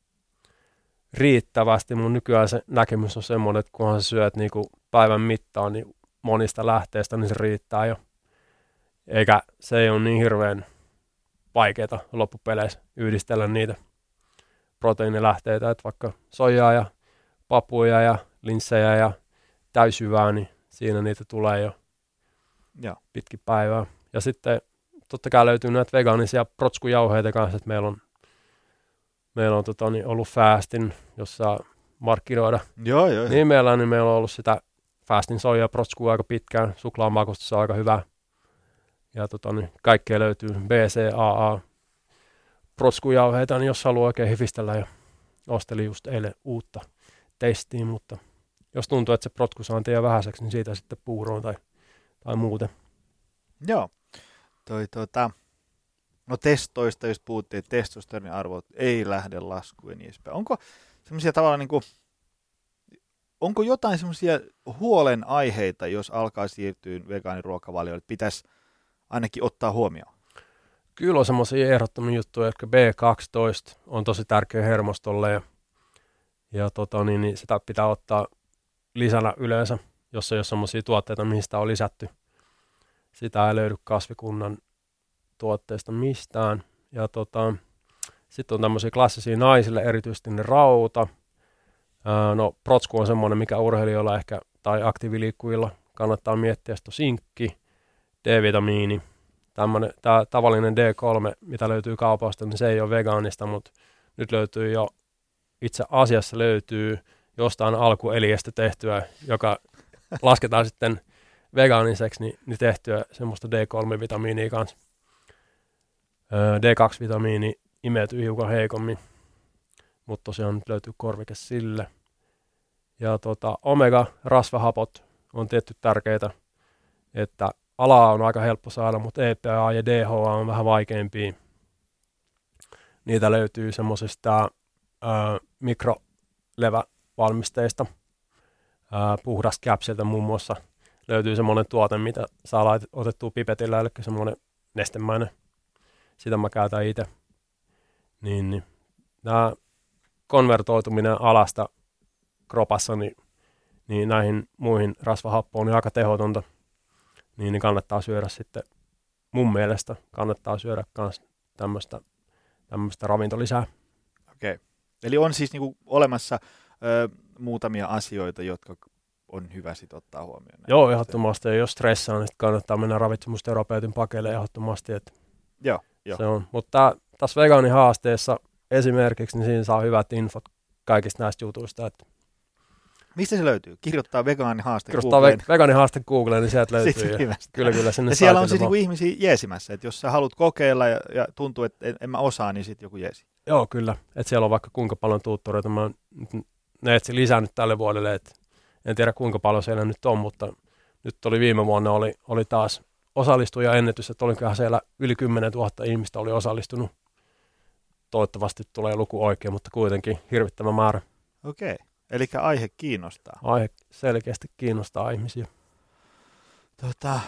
riittävästi. Mun nykyään se näkemys on semmoinen, että kunhan sä syöt niin kuin päivän mittaan niin monista lähteistä, niin se riittää jo. Eikä se ei ole niin hirveän vaikeaa loppupeleissä yhdistellä niitä proteiinilähteitä, että vaikka soijaa ja papuja ja linssejä ja täysjyvää, niin siinä niitä tulee jo ja. pitkin päivää. Ja sitten totta kai löytyy näitä vegaanisia protskujauheita kanssa, että meillä on, meillä on tota, niin ollut Fastin, jossa markkinoida. Joo, joo, niin meillä, niin meillä on ollut sitä Fastin soijaa protskua aika pitkään, suklaamakustus on aika hyvä. Ja tota, niin kaikkea löytyy B C A A protskujauheita, niin jos haluaa oikein hifistellä ja ostelin just eilen uutta testiin, mutta jos tuntuu, että se protskusaanti jää vähäiseksi, niin siitä sitten puuroon tai, tai muuten. Joo. Toi, tuota, no testoista, jos puhuttiin, että testosteronin arvot ei lähde laskuun ja niin edespäin. Onko semmoisia tavallaan, niin kuin, onko jotain semmoisia huolenaiheita, jos alkaa siirtyä vegaaniruokavalioon, että pitäisi ainakin ottaa huomioon? Kyllä on semmoisia ehdottomia juttuja, että B kaksitoista on tosi tärkeä hermostolle ja, ja tota, niin, niin sitä pitää ottaa lisänä yleensä, jos ei ole semmoisia tuotteita, mihin sitä on lisätty. Sitä ei löydy kasvikunnan tuotteista mistään. Ja tota, sitten on tämmöisiä klassisia naisille, erityisesti ne rauta. Ää, no protsku on semmoinen, mikä urheilijoilla ehkä tai aktiiviliikkujilla kannattaa miettiä. Sitten on sinkki, D-vitamiini. Tämmönen, tämä tavallinen D kolme, mitä löytyy kaupasta, niin se ei ole vegaanista, mutta nyt löytyy jo, itse asiassa löytyy jostain alkueliöstä tehtyä, joka lasketaan sitten vegaaniseksi, niin, niin tehtyä semmoista D kolme-vitamiinia kanssa. D kaksi-vitamiini imeytyy hiukan heikommin, mutta tosiaan nyt löytyy korvike sille. Ja tota, omega-rasvahapot on tietty tärkeitä, että alaa on aika helppo saada, mutta E P A ja D H A on vähän vaikeampia. Niitä löytyy semmoisista mikrolevävalmisteista. Ää, puhdas Capsilta muun muassa löytyy semmoinen tuote, mitä saa lait- otettua pipetillä, eli semmoinen nestemäinen. Sitä mä käytän itse. Niin, niin. Nämä konvertoituminen alasta kropassa niin, niin näihin muihin rasvahappoon on aika tehotonta. Niin, niin kannattaa syödä sitten, mun mielestä kannattaa syödä myös tämmöistä, tämmöistä ravintolisää. Okei. Okay. Eli on siis niinku olemassa ö, muutamia asioita, jotka on hyvä sitten ottaa huomioon. Joo, ehdottomasti. Ja jos stressaa, niin kannattaa mennä ravitsemusterapeutin pakeille ehdottomasti. Että joo, jo. Se on. Mutta tässä vegaanihaasteessa esimerkiksi, niin siinä saa hyvät infot kaikista näistä jutuista. Että Mistä se löytyy? Kirjoittaa vegaanihaaste Kirjoittaa Googleen. ve- vegaanihaaste Googleen, niin sieltä löytyy. Sitten Ja kyllä, kyllä sinne ja siellä on saitille siis niinku vaan. ihmisiä jeesimässä, että jos sä haluat kokeilla ja, ja tuntuu, että en, en mä osaa, niin sitten joku jeesi. Joo, kyllä. Että siellä on vaikka kuinka paljon tuuttoreita. Mä ne etsin lisää nyt tälle vuodelle, että en tiedä kuinka paljon siellä nyt on, mutta nyt oli viime vuonna oli, oli taas osallistujaennätys, että olikohan siellä yli kymmenen tuhatta ihmistä oli osallistunut. Toivottavasti tulee luku oikein, mutta kuitenkin hirvittävä määrä. Okei, eli aihe kiinnostaa. Aihe selkeästi kiinnostaa ihmisiä. Tota,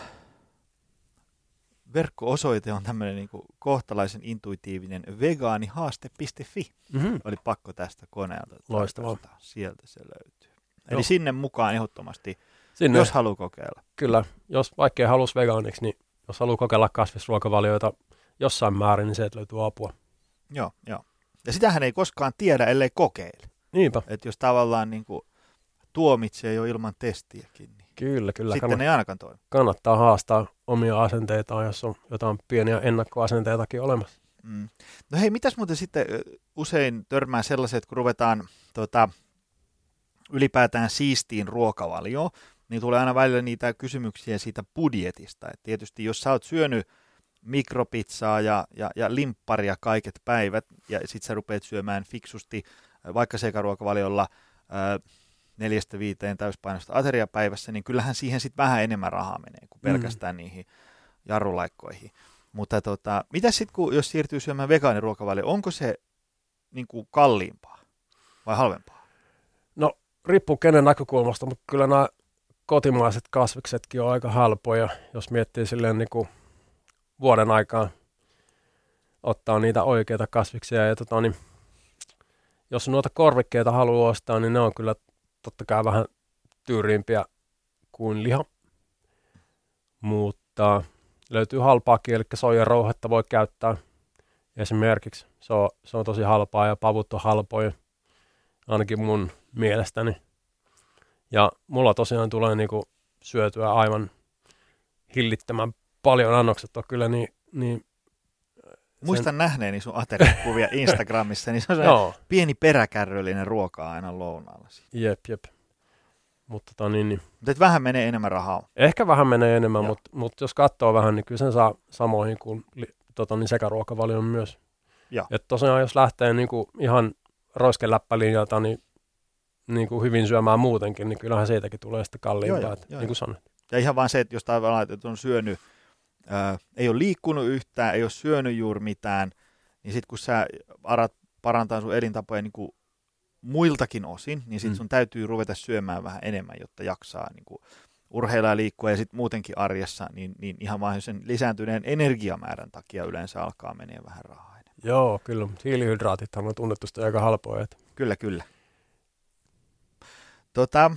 verkko-osoite on tämmöinen niinku kohtalaisen intuitiivinen vegaanihaaste piste fi. Mm-hmm. Oli pakko tästä koneelta. Loistavaa. Sieltä se löytyy. Joo. Eli sinne mukaan ehdottomasti, Sinne, jos haluaa kokeilla. kyllä, jos vaikka ei halus vegaaniksi, niin jos haluaa kokeilla kasvisruokavalioita jossain määrin, niin sieltä löytyy apua. Joo, joo. Ja sitähän ei koskaan tiedä, ellei kokeile. Niinpä. Että jos tavallaan niinku tuomitsee jo ilman testiäkin, niin Kyllä, kyllä. sitten Kannat, ei ainakaan toimi. kannattaa haastaa omia asenteitaan, jos on jotain pieniä ennakkoasenteitakin olemassa. Mm. No hei, mitäs muuten sitten ö, usein törmää sellaiset, kun ruvetaan tota, ylipäätään siistiin ruokavalioon, niin tulee aina välillä niitä kysymyksiä siitä budjetista. Et tietysti jos sä oot syönyt mikropizzaa ja, ja, ja limpparia kaiket päivät, ja sit sä rupeat syömään fiksusti vaikka sekaruokavaliolla ää, neljästä viiteen täyspainosta ateriapäivässä, niin kyllähän siihen sitten vähän enemmän rahaa menee kuin pelkästään mm. niihin jarrulaikkoihin. Mutta tota, mitä sitten, kun jos siirtyy syömään vegaaniruokavalio, onko se niin kuin kalliimpaa vai halvempaa? No, riippuu kenen näkökulmasta, mutta kyllä nämä kotimaiset kasviksetkin on aika halpoja, jos miettii silleen niin kuin vuoden aikaa ottaa niitä oikeita kasviksia. Ja tota, niin, jos noita korvikkeita haluaa ostaa, niin ne on kyllä totta kai vähän tyyriimpiä kuin liha. Mutta löytyy halpaakin, eli soijarouhetta voi käyttää esimerkiksi. Se on, se on tosi halpaa ja pavut on halpoja, ainakin mun mielestäni. Ja mulla tosiaan tulee niinku syötyä aivan hillittömän paljon, annokset on kyllä niin... niin Muistan sen... nähneeni sun ateriakuvia Instagramissa, niin se on se pieni peräkärryllinen ruoka aina lounaalla. Jep, jep. Mutta tota, niin, niin. Mutta vähän menee enemmän rahaa. Ehkä vähän menee enemmän, mutta mut jos katsoo vähän, niin kyllä sen saa samoihin kuin li, tota, niin sekaruokavalion myös. Että tosiaan jos lähtee niin kuin ihan roiskeläppälinjalta, niin, niin kuin hyvin syömään muutenkin, niin kyllähän siitäkin tulee sitten kalliimpaa, joo, että, joo, niin kuin sanoit. Ja ihan vaan se, että jos tavallaan että on syönyt, ää, ei ole liikkunut yhtään, ei ole syönyt juuri mitään, niin sitten kun sä arat parantaa sun elintapoja niin kuin muiltakin osin, niin sitten sun mm. täytyy ruveta syömään vähän enemmän, jotta jaksaa niin kuin urheilla ja liikkua ja sitten muutenkin arjessa, niin, niin ihan vaan sen lisääntyneen energiamäärän takia yleensä alkaa menee vähän rahaa enemmän. Joo, kyllä. Hiilihydraatithan on tunnetusti aika halpoja. Että... Kyllä, kyllä. Tota,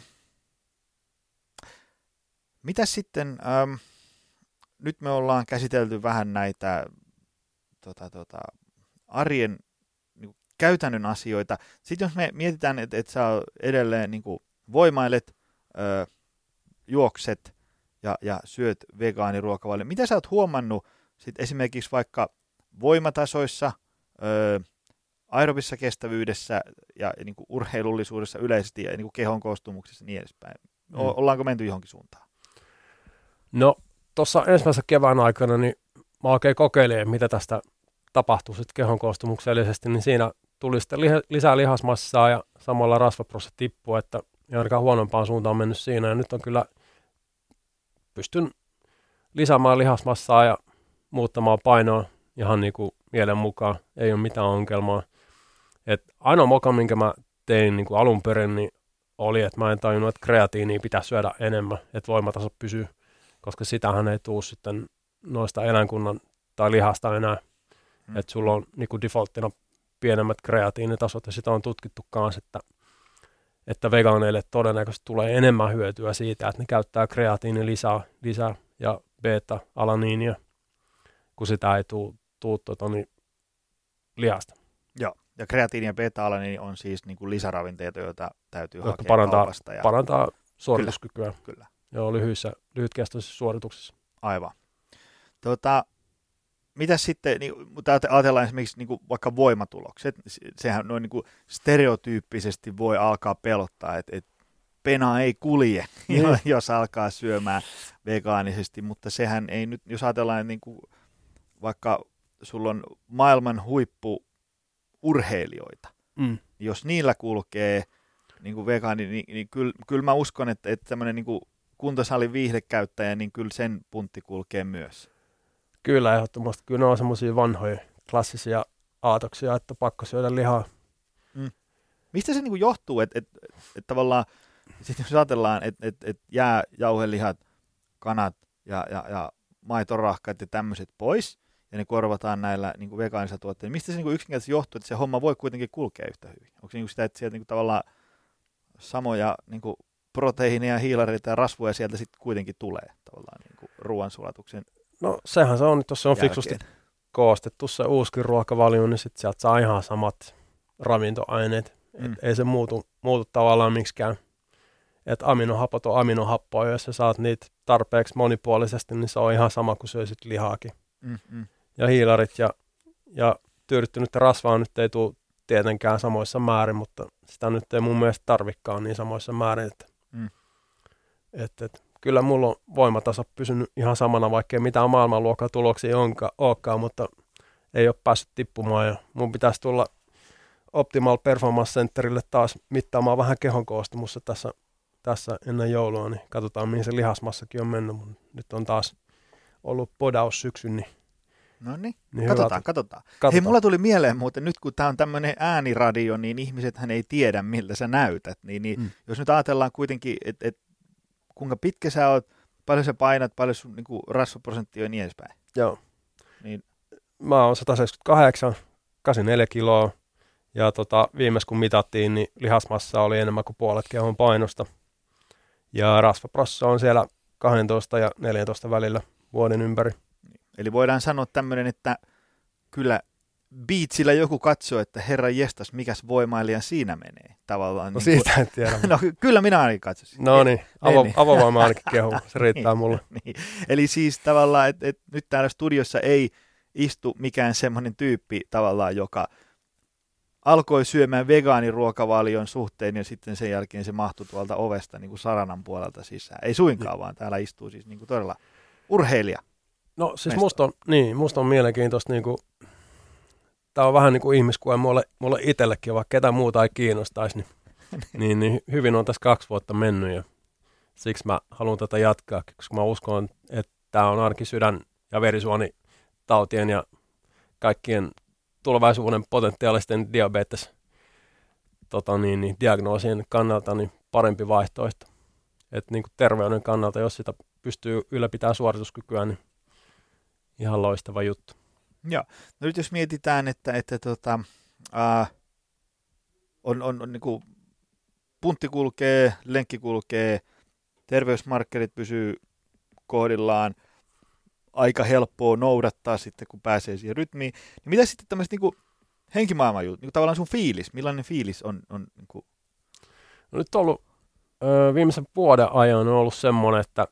mitäs sitten, ähm, nyt me ollaan käsitelty vähän näitä tota, tota, arjen niin käytännön asioita. Sitten jos me mietitään, että et sä edelleen niin kuin voimailet, ö, juokset ja, ja syöt vegaaniruokavalio, mitä sä oot huomannut sit esimerkiksi vaikka voimatasoissa, ö, aerobisessa kestävyydessä ja, ja niin kuin urheilullisuudessa yleisesti ja niin kuin kehon koostumuksessa ja niin edespäin? Mm. Ollaanko menty johonkin suuntaan? No tuossa ensimmäisessä kevään aikana niin mä oikein kokeilin, mitä tästä tapahtuu sitten kehon koostumuksellisesti, niin siinä tuli sitten li- lisää lihasmassaa ja samalla rasvaprosentti tippui, että ei ainakaan huonompaan suuntaan mennyt siinä. Ja nyt on kyllä, pystyn lisäämään lihasmassaa ja muuttamaan painoa ihan niin kuin mielen mukaan. Ei ole mitään ongelmaa. Et ainoa moka, minkä mä tein niin kuin alun perin, niin oli, että mä en tajunnut, että kreatiinia pitäisi syödä enemmän, että voimataso pysyy, koska sitähän ei tule sitten noista eläinkunnan tai lihasta enää. Hmm. Että sulla on niin kuin defaulttina pienemmät kreatiinitasot, ja sitä on tutkittu kanssa, että, että vegaaneille todennäköisesti tulee enemmän hyötyä siitä, että ne käyttää kreatiini lisää, lisää ja beta-alaniinia, kun sitä ei tule tuu, tuota, niin, lihasta. Joo, ja kreatiini ja beta-alaniini on siis niin kuin lisäravinteita, joita täytyy Jotka hakea parantaa, kaupasta. Ja... parantaa suorituskykyä. Kyllä, kyllä. Joo, lyhyissä, lyhytkestoisissa suorituksissa. Aivan. Tota, mitä sitten, niin, mutta ajatellaan esimerkiksi niin kuin vaikka voimatulokset, sehän noin niin kuin stereotyyppisesti voi alkaa pelottaa, että et, pena ei kulje, Niin. jos alkaa syömään vegaanisesti, mutta sehän ei nyt, jos ajatellaan, että niin kuin, vaikka sulla on maailman huippu-urheilijoita, Mm. jos niillä kulkee niin kuin vegaani, niin, niin kyllä, kyllä mä uskon, että, että tämmöinen niin kuin kuntosalin viihdekäyttäjä, niin kyllä sen puntti kulkee myös. Kyllä ehdottomasti. Kyllä ne on semmoisia vanhoja klassisia aatoksia, että pakko syödä lihaa. Mm. Mistä se niin kuin johtuu, että, että, että, että tavallaan, sit jos ajatellaan, että, että, että jää jauhelihat, kanat ja, ja, ja maitorahkat ja tämmöiset pois, ja ne korvataan näillä niin kuin vegaanisilla tuotteilla, mistä se niin kuin yksinkertaisesti johtuu, että se homma voi kuitenkin kulkea yhtä hyvin? Onko se niin kuin sitä, että sieltä niin kuin tavallaan samoja niin kuin proteiineja, hiilareita ja rasvoja sieltä sitten kuitenkin tulee tavallaan niin kuin ruoansulatuksen No sehän se on nyt, jos se on jälkeen. fiksusti koostettu se uusikin ruokavalio, niin sitten sieltä saa ihan samat ravintoaineet. Mm. Et ei se muutu, muutu tavallaan miksikään. Että aminohapot on aminohappoja, jos sä saat niitä tarpeeksi monipuolisesti, niin se on ihan sama kuin syöisit lihaakin. Mm, mm. Ja hiilarit ja, ja tyydyttynyttä rasvaa nyt ei tule tietenkään samoissa määrin, mutta sitä nyt ei mun mielestä tarvikaan niin samoissa määrin. Että, Mm. et, et, kyllä mulla on voimataso pysynyt ihan samana, vaikkei mitään maailmanluokan tuloksia onka, olekaan, mutta ei ole päässyt tippumaan. Ja mun pitäisi tulla Optimal Performance Centerille taas mittaamaan vähän kehon koostumusta tässä, tässä ennen joulua, niin katsotaan mihin se lihasmassakin on mennyt. Mun nyt on taas ollut podaus syksyn, niin No niin, Niin katsotaan, hyvä. katsotaan. Katsotaan. Hei, mulla tuli mieleen muuten, nyt kun tämä on tämmöinen ääniradio, niin ihmisethän ei tiedä, miltä sä näytät. Niin, niin Mm. jos nyt ajatellaan kuitenkin, että et, kuinka pitkä sä oot, paljon sä painat, paljon sun niin kuin rasvaprosentti on ja niin edespäin. Joo. Niin. Mä oon sata seitsemänkymmentäkahdeksan, kahdeksankymmentäneljä kiloa ja tota, viimeis kun mitattiin, niin lihasmassa oli enemmän kuin puolet kehon painosta. Ja rasvaprossa on siellä kaksitoista ja neljätoista välillä vuoden ympäri. Eli voidaan sanoa tämmöinen, että kyllä Beatsillä joku katsoo, että herra jestas, mikäs voimailija siinä menee. Tavallaan No niin siitä kuin, en tiedä. no kyllä minä ainakin katsoisin. No niin, avo, niin. avovoima ainakin kehu, se riittää mulle. Niin. Eli siis tavallaan, että et nyt täällä studiossa ei istu mikään semmoinen tyyppi tavallaan, joka alkoi syömään vegaaniruokavalion suhteen ja sitten sen jälkeen se mahtui tuolta ovesta niin kuin saranan puolelta sisään. Ei suinkaan, vaan täällä istuu siis niin kuin todella urheilija. No siis Mestari. musta on, niin, musta on mielenkiintoista, niinku, tää on vähän niin kuin ihmiskuva mulle, mulle itsellekin, vaikka ketään muuta ei kiinnostaisi, niin, niin, niin hyvin on tässä kaksi vuotta mennyt ja siksi mä haluan tätä jatkaa, koska mä uskon, että tää on ainakin sydän- ja verisuonitautien ja kaikkien tulevaisuuden potentiaalisten diabetes tota niin, niin, diagnoosien kannalta niin parempi vaihtoehto. Et niin kuin terveyden kannalta, jos sitä pystyy ylläpitämään suorituskykyä, niin ihan loistava juttu. Joo. No nyt jos mietitään, että, että tota, ää, on, on, on niin kuin puntti kulkee, lenkki kulkee, terveysmarkkerit pysyy kohdillaan, aika helppoa noudattaa sitten, kun pääsee siihen rytmiin. Niin mitä sitten tämmöiset niin kuin henkimaailman jutut, niin kuin tavallaan sun fiilis, millainen fiilis on? on niin kuin... No nyt on ollut ö, viimeisen vuoden ajan on ollut semmoinen, että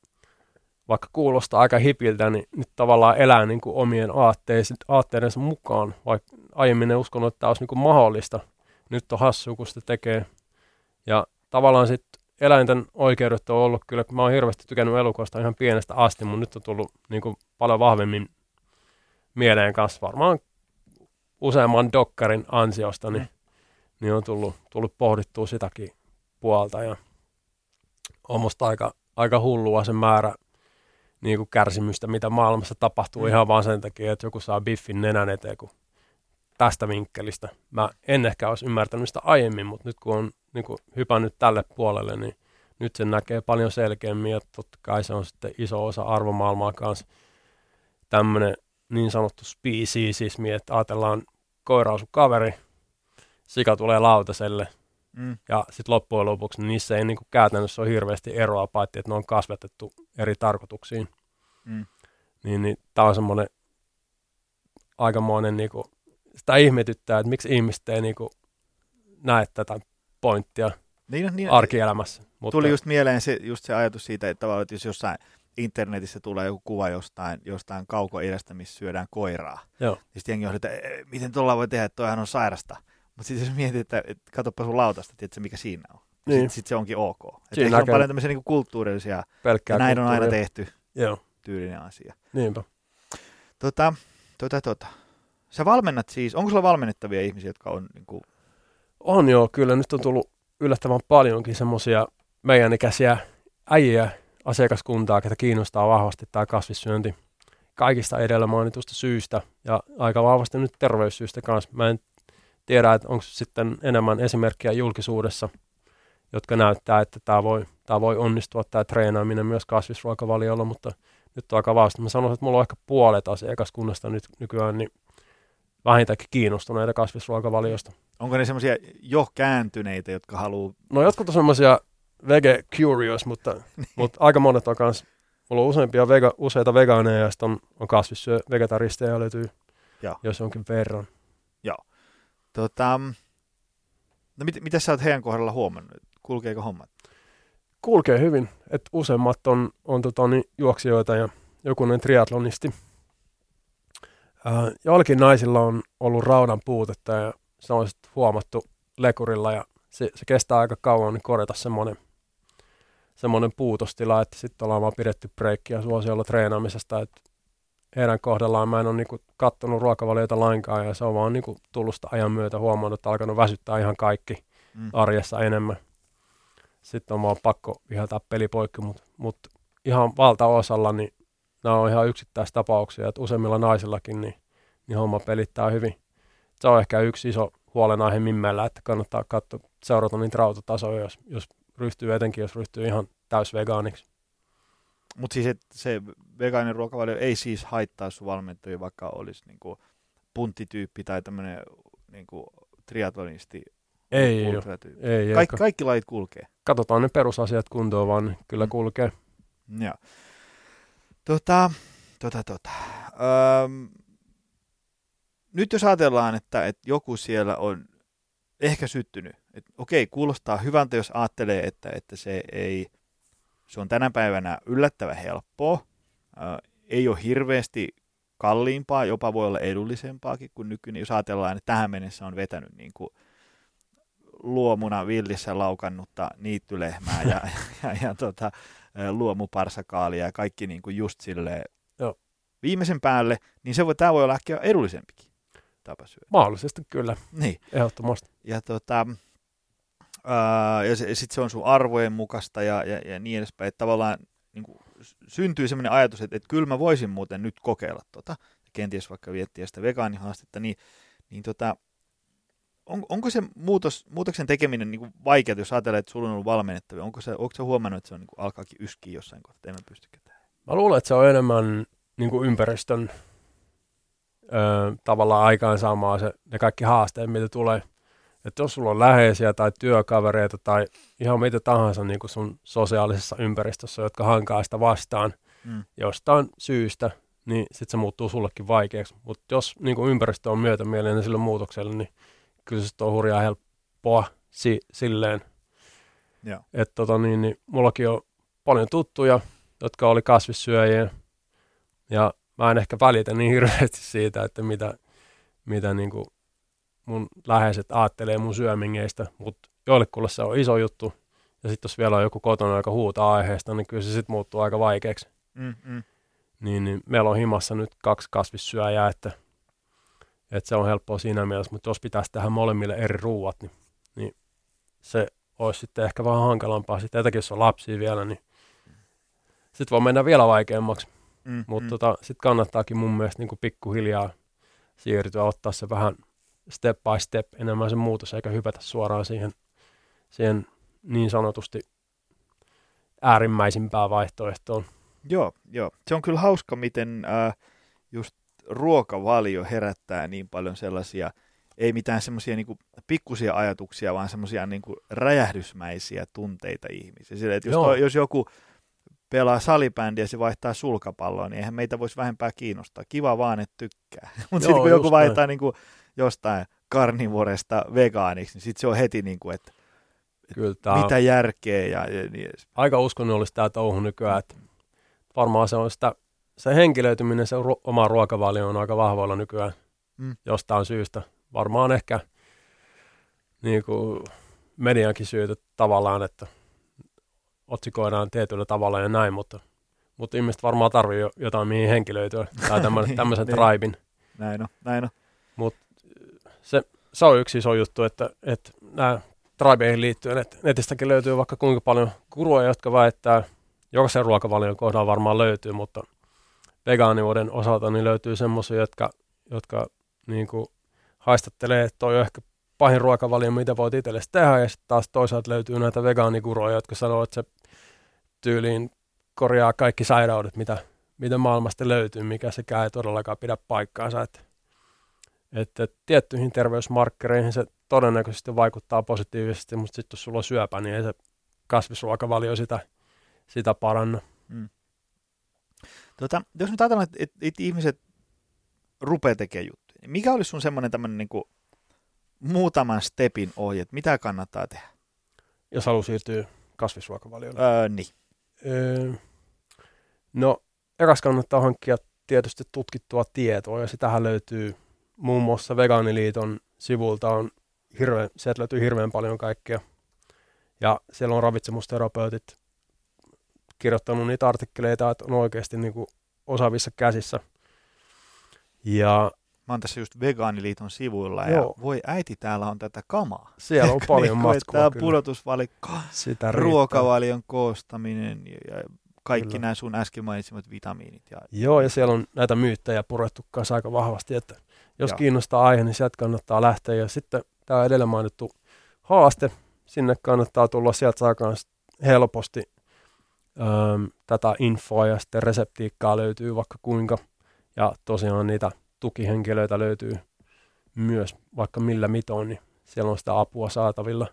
vaikka kuulostaa aika hipiltä, niin nyt tavallaan elää niin kuin omien aatteidensa mukaan, vaikka aiemmin en uskonut, että tämä olisi niin kuin mahdollista. Nyt on hassua, kun sitä tekee. Ja tavallaan sitten eläinten oikeudet on ollut kyllä, mä oon hirveästi tykännyt elukasta ihan pienestä asti, mutta nyt on tullut niin kuin paljon vahvemmin mieleen kanssa varmaan useamman dokkarin ansiosta, niin, niin on tullut, tullut pohdittua sitäkin puolta. Ja on musta aika, aika hullua se määrä niin kuin kärsimystä, mitä maailmassa tapahtuu mm. ihan vaan sen takia, että joku saa biffin nenän eteen, kun tästä vinkkelistä. Mä en ehkä olisi ymmärtänyt sitä aiemmin, mutta nyt kun on niin kuin hypännyt tälle puolelle, niin nyt sen näkee paljon selkeämmin, ja totta kai se on sitten iso osa arvomaailmaa kanssa. Tämmöinen niin sanottu speciesismi, että ajatellaan koira on sun kaveri, sika tulee lautaselle, mm. ja sitten loppujen lopuksi niin niissä ei niin kuin käytännössä ole hirveästi eroa, paitsi että ne on kasvatettu eri tarkoituksiin. Mm. Niin, niin tämä on semmoinen aikamoinen, niin kuin, sitä ihmetyttää, että miksi ihmiset ei niin kuin näe tätä pointtia niin, niin, arkielämässä. Mutta tuli just mieleen se, just se ajatus siitä, että, että jos jossain internetissä tulee joku kuva jostain, jostain kaukoidästä, missä syödään koiraa. Joo. Ja sitten jengi on, että miten tuolla voi tehdä, että toihan on sairasta. Mutta sitten jos mietit, että, että katsoppa sun lautasta, tiedätkö mikä siinä on? Niin. Sitten Niin. sit se onkin ok. Että Siinä on näkee paljon tämmöisiä niinku kulttuurillisia, pelkkää näin on aina kulttuuria. tehty Joo, tyylinen asia. niinpä. Tota, tota, tota. Sä valmennat siis, onko sulla valmennettavia ihmisiä, jotka on niinku... On joo, kyllä nyt on tullut yllättävän paljonkin semmoisia meidän ikäisiä äijiä asiakaskuntaa, ketä kiinnostaa vahvasti tämä kasvissyönti kaikista edellä mainitusta syistä ja aika vahvasti nyt terveyssyistä kanssa. Mä en tiedä, että onko sitten enemmän esimerkkiä julkisuudessa, jotka näyttää, että tämä voi, tämä voi onnistua, tämä treenaaminen myös kasvisruokavaliolla, mutta nyt on aika vahvasti. Mä sanoisin, että mulla on ehkä puolet asiakaskunnasta nyt nykyään niin vähintäänkin kiinnostuneita kasvisruokavaliosta. Onko ne semmoisia jo kääntyneitä, jotka haluaa... No jotkut on semmoisia vege curious, mutta, mutta aika monet on kanssa. Mulla on useampia vega, useita vegaaneja ja sitten on, on kasvissyö vegetaristeja löytyy, Joo. jos onkin verran. Joo. Tota, no mit, mitä sä oot heidän kohdalla huomannut? Kulkeeko hommat? Kulkee hyvin, että useimmat on, on tota, niin, juoksijoita ja jokunen triatlonisti. Ää, joillakin naisilla on ollut raudan puutetta ja se on sitten huomattu lekurilla ja se, se kestää aika kauan niin korjata semmoinen semmoinen puutostila, että sitten ollaan vaan pidetty breikkiä suosiolla treenaamisesta, että heidän kohdallaan mä en ole niinku kattonut ruokavaliota lainkaan ja se on vaan niinku tullut sitä ajan myötä huomannut, että alkanut väsyttää ihan kaikki mm. arjessa enemmän. Sitten on vaan pakko viheltää peli poikki, mutta mut ihan valtaosalla niin nämä on ihan yksittäistapauksia, että useimmilla naisillakin niin, niin homma pelittää hyvin. Se on ehkä yksi iso huolenaihe Mimmellä, että kannattaa katsoa, seurata niitä rautatasoja, jos, jos ryhtyy etenkin, jos ryhtyy ihan täysvegaaniksi. Mutta siis et se vegaaninen ruokavalio ei siis haittaa sun valmentajia, vaikka olisi niinku punttityyppi tai tämmöinen niinku triatlonisti. Ei, ei, Kaik, kaikki lajit kulkee. Katsotaan ne perusasiat kuntoon, vaan niin kyllä kulkee. Mm. Joo. Tota, tota, tota. Öm, nyt jos ajatellaan, että, että joku siellä on ehkä syttynyt, että okei, kuulostaa hyvältä, jos ajattelee, että, että se ei, se on tänä päivänä yllättävän helppoa, ää, ei ole hirveästi kalliimpaa, jopa voi olla edullisempaakin kuin nykyinen, jos ajatellaan, että tähän mennessä on vetänyt niin kuin luomuna villissä laukannutta niittylehmää ja, ja, ja, ja tota, luomuparsakaalia ja kaikki niin kuin just silleen Joo. viimeisen päälle, niin se voi, tämä voi olla ehkä edullisempikin tapa syödä. Mahdollisesti kyllä, niin. Ehdottomasti. Ja, tota, ää, ja sitten se on sun arvojen mukaista ja, ja, ja niin edespäin, että tavallaan niin kuin syntyy sellainen ajatus, että, että kyllä mä voisin muuten nyt kokeilla tota, ja kenties vaikka viettiä sitä vegaanihaastetta, niin, niin tota, on, onko se muutos, muutoksen tekeminen niin kuin vaikeaa, jos ajatellaan, että sulla on ollut valmennettavia, onko se, onko se huomannut, että se on niin kuin alkaakin yskiä jossain kohtaa, että en mä pysty ketään? Mä luulen, että se on enemmän niin kuin ympäristön ö, tavallaan aikaansaamaa se, ne kaikki haasteet, mitä tulee. Että jos sulla on läheisiä tai työkavereita tai ihan mitä tahansa niin kuin sun sosiaalisessa ympäristössä, jotka hankaa sitä vastaan mm. jostain syystä, niin sitten se muuttuu sullekin vaikeaksi. Mutta jos niin kuin ympäristö on myötämielinen sille muutokselle, niin kyllä se on hurjaa helppoa si- silleen. Että tota niin, niin mullakin on paljon tuttuja, jotka oli kasvissyöjiä, ja mä en ehkä välitä niin hirveästi siitä, että mitä, mitä niin kuin mun läheiset aattelee mun syömingeistä, mutta joillekulle se on iso juttu, ja sitten jos vielä on joku kotona, joka huutaa aiheesta, niin kyllä se sitten muuttuu aika vaikeaksi. Mm, mm. Niin, niin meillä on himassa nyt kaksi kasvissyöjää, että, että se on helppoa siinä mielessä, mutta jos pitäisi tehdä molemmille eri ruuat, niin, niin se olisi sitten ehkä vähän hankalampaa. Sitten etenkin jos on lapsia vielä, niin sitten voi mennä vielä vaikeammaksi. Mm, mutta mm. tota, sitten kannattaakin mun mielestä niin kuin pikkuhiljaa siirtyä, ottaa se vähän step by step enemmän se muutos, eikä hypätä suoraan siihen, siihen niin sanotusti äärimmäisimpään vaihtoehtoon. Joo, joo. Se on kyllä hauska, miten äh, just ruokavalio herättää niin paljon sellaisia, ei mitään semmoisia niinku pikkusia ajatuksia, vaan semmoisia niinku räjähdysmäisiä tunteita ihmisiä. Sillä, että jos, to, jos joku pelaa salibändiä ja se vaihtaa sulkapalloa, niin eihän meitä voisi vähempää kiinnostaa. Kiva vaan, että tykkää. Mutta sitten kun joku vaihtaa niinku jostain karnivoresta vegaaniksi, niin sitten se on heti niin kuin, että, että mitä järkeä ja, ja niin edes. Aika uskonnollista tämä touhu nykyään, että varmaan se on sitä, se henkilöityminen, se ru- oma ruokavalio on aika vahvoilla nykyään mm. jostain syystä. Varmaan ehkä niin kuin mediankin syytä tavallaan, että otsikoidaan tietyllä tavalla ja näin, mutta, mutta ihmiset varmaan tarvii jotain, mihin henkilöityä, tai tämmöisen triben. Näin on, näin on. Mutta se, se on yksi iso juttu, että, että nämä tribeihin liittyen, että netistäkin löytyy vaikka kuinka paljon guruja, jotka väittää, jokaisen ruokavalion kohdalla varmaan löytyy, mutta vegaanivuoden osalta niin löytyy semmoisia, jotka, jotka niin kuin haistattelee, että toi on ehkä pahin ruokavalio, mitä voit itsellesi tehdä, ja sitten taas toisaalta löytyy näitä vegaaniguroja, jotka sanoo, että se tyyliin korjaa kaikki sairaudet, mitä, mitä maailmasta löytyy, mikä sekään ei todellakaan pidä paikkaansa. Että, että tiettyihin terveysmarkkereihin se todennäköisesti vaikuttaa positiivisesti, mutta sitten jos sulla on syöpä, niin ei se kasvisruokavalio sitä, sitä paranna. Mm. Tota, jos nyt ajatellaan, että, että, että ihmiset rupeaa tekemään juttuja, niin mikä olisi sun semmoinen tämmöinen niin kuin muutaman stepin ohje, että mitä kannattaa tehdä? Jos haluaa siirtyä kasvisruokavaliolle. Öö, niin. Öö, no, ekas kannattaa hankkia tietysti tutkittua tietoa, ja sitähän löytyy muun muassa Vegaaniliiton sivulta, on hirveän, sieltä löytyy hirveän paljon kaikkea. Ja siellä on ravitsemusterapeutit kirjoittanut niitä artikkeleita, että on oikeasti niin kuin osaavissa käsissä. Ja mä oon tässä just Vegaaniliiton sivuilla, ja joo, voi äiti, täällä on tätä kamaa. siellä on paljon niin, matkua tämä kyllä. pudotusvalikko, Sitä ruokavalion koostaminen ja kaikki Kyllä. nämä sun äsken mainitsemat vitamiinit. Ja Joo, ja siellä on näitä myyttejä purettu kanssa aika vahvasti, että jos Joo. kiinnostaa aihe, niin sieltä kannattaa lähteä. Ja sitten tämä edellä mainittu haaste, sinne kannattaa tulla, sieltä saa myös helposti äm, tätä infoa, ja sitten reseptiikkaa löytyy vaikka kuinka. Ja tosiaan niitä tukihenkilöitä löytyy myös vaikka millä mitoin, niin siellä on sitä apua saatavilla.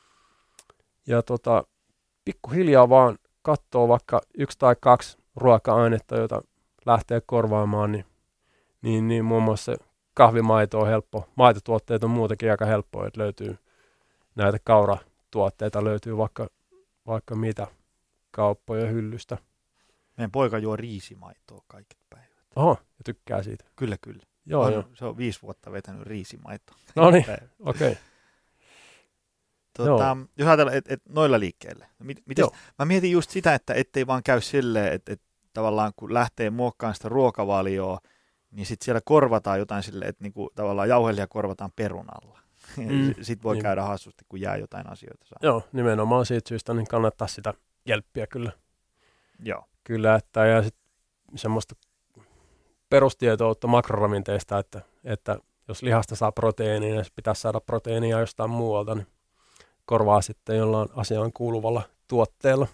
Ja tota, pikkuhiljaa vaan katsoo vaikka yksi tai kaksi ruoka-ainetta, jota lähtee korvaamaan, niin, niin, niin muun muassa kahvimaito on helppo. Maitotuotteet on muutenkin aika helppoa, että löytyy näitä kauratuotteita, löytyy vaikka, vaikka mitä kauppoja hyllystä. meidän poika juo riisimaitoa kaiket päivät. Oho, ja tykkää siitä. Kyllä, kyllä. Joo, on, joo. Se on viisi vuotta vetänyt riisimaitoa. No niin, okei. Okay. Tota, jos ajatellaan, että et noilla liikkeellä. Mit, mites, Joo. mä mietin just sitä, että ettei vaan käy silleen, että et tavallaan kun lähtee muokkaamaan sitä ruokavalioa, niin sitten siellä korvataan jotain silleen, että niinku, tavallaan jauhelia korvataan perunalla. Mm. Sitten voi niin. käydä hassusti, kun jää jotain asioita. Saa. Joo, nimenomaan siitä syystä niin kannattaa sitä jälppiä kyllä. Joo. Kyllä, että ja sitten semmoista perustietoutta makroravinteista, että, että jos lihasta saa proteiinia, niin pitäisi saada proteiinia jostain muualta, niin korvaa sitten jollain asiaan kuuluvalla tuotteella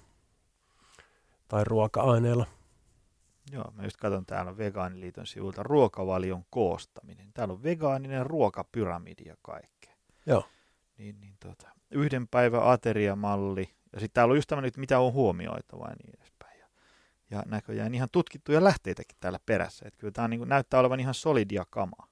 tai ruoka-aineella. Joo, mä just katson täällä Vegaaniliiton sivulta ruokavalion koostaminen. Täällä on vegaaninen ruokapyramidi ja kaikkea. Joo. Niin, niin tota, yhden päivän ateriamalli. Ja sitten täällä on just tämmöinen, että mitä on huomioitava ja niin edespäin. Ja, ja näköjään ihan tutkittuja lähteitäkin täällä perässä. Että kyllä tämä niin kuin näyttää olevan ihan solidia kamaa.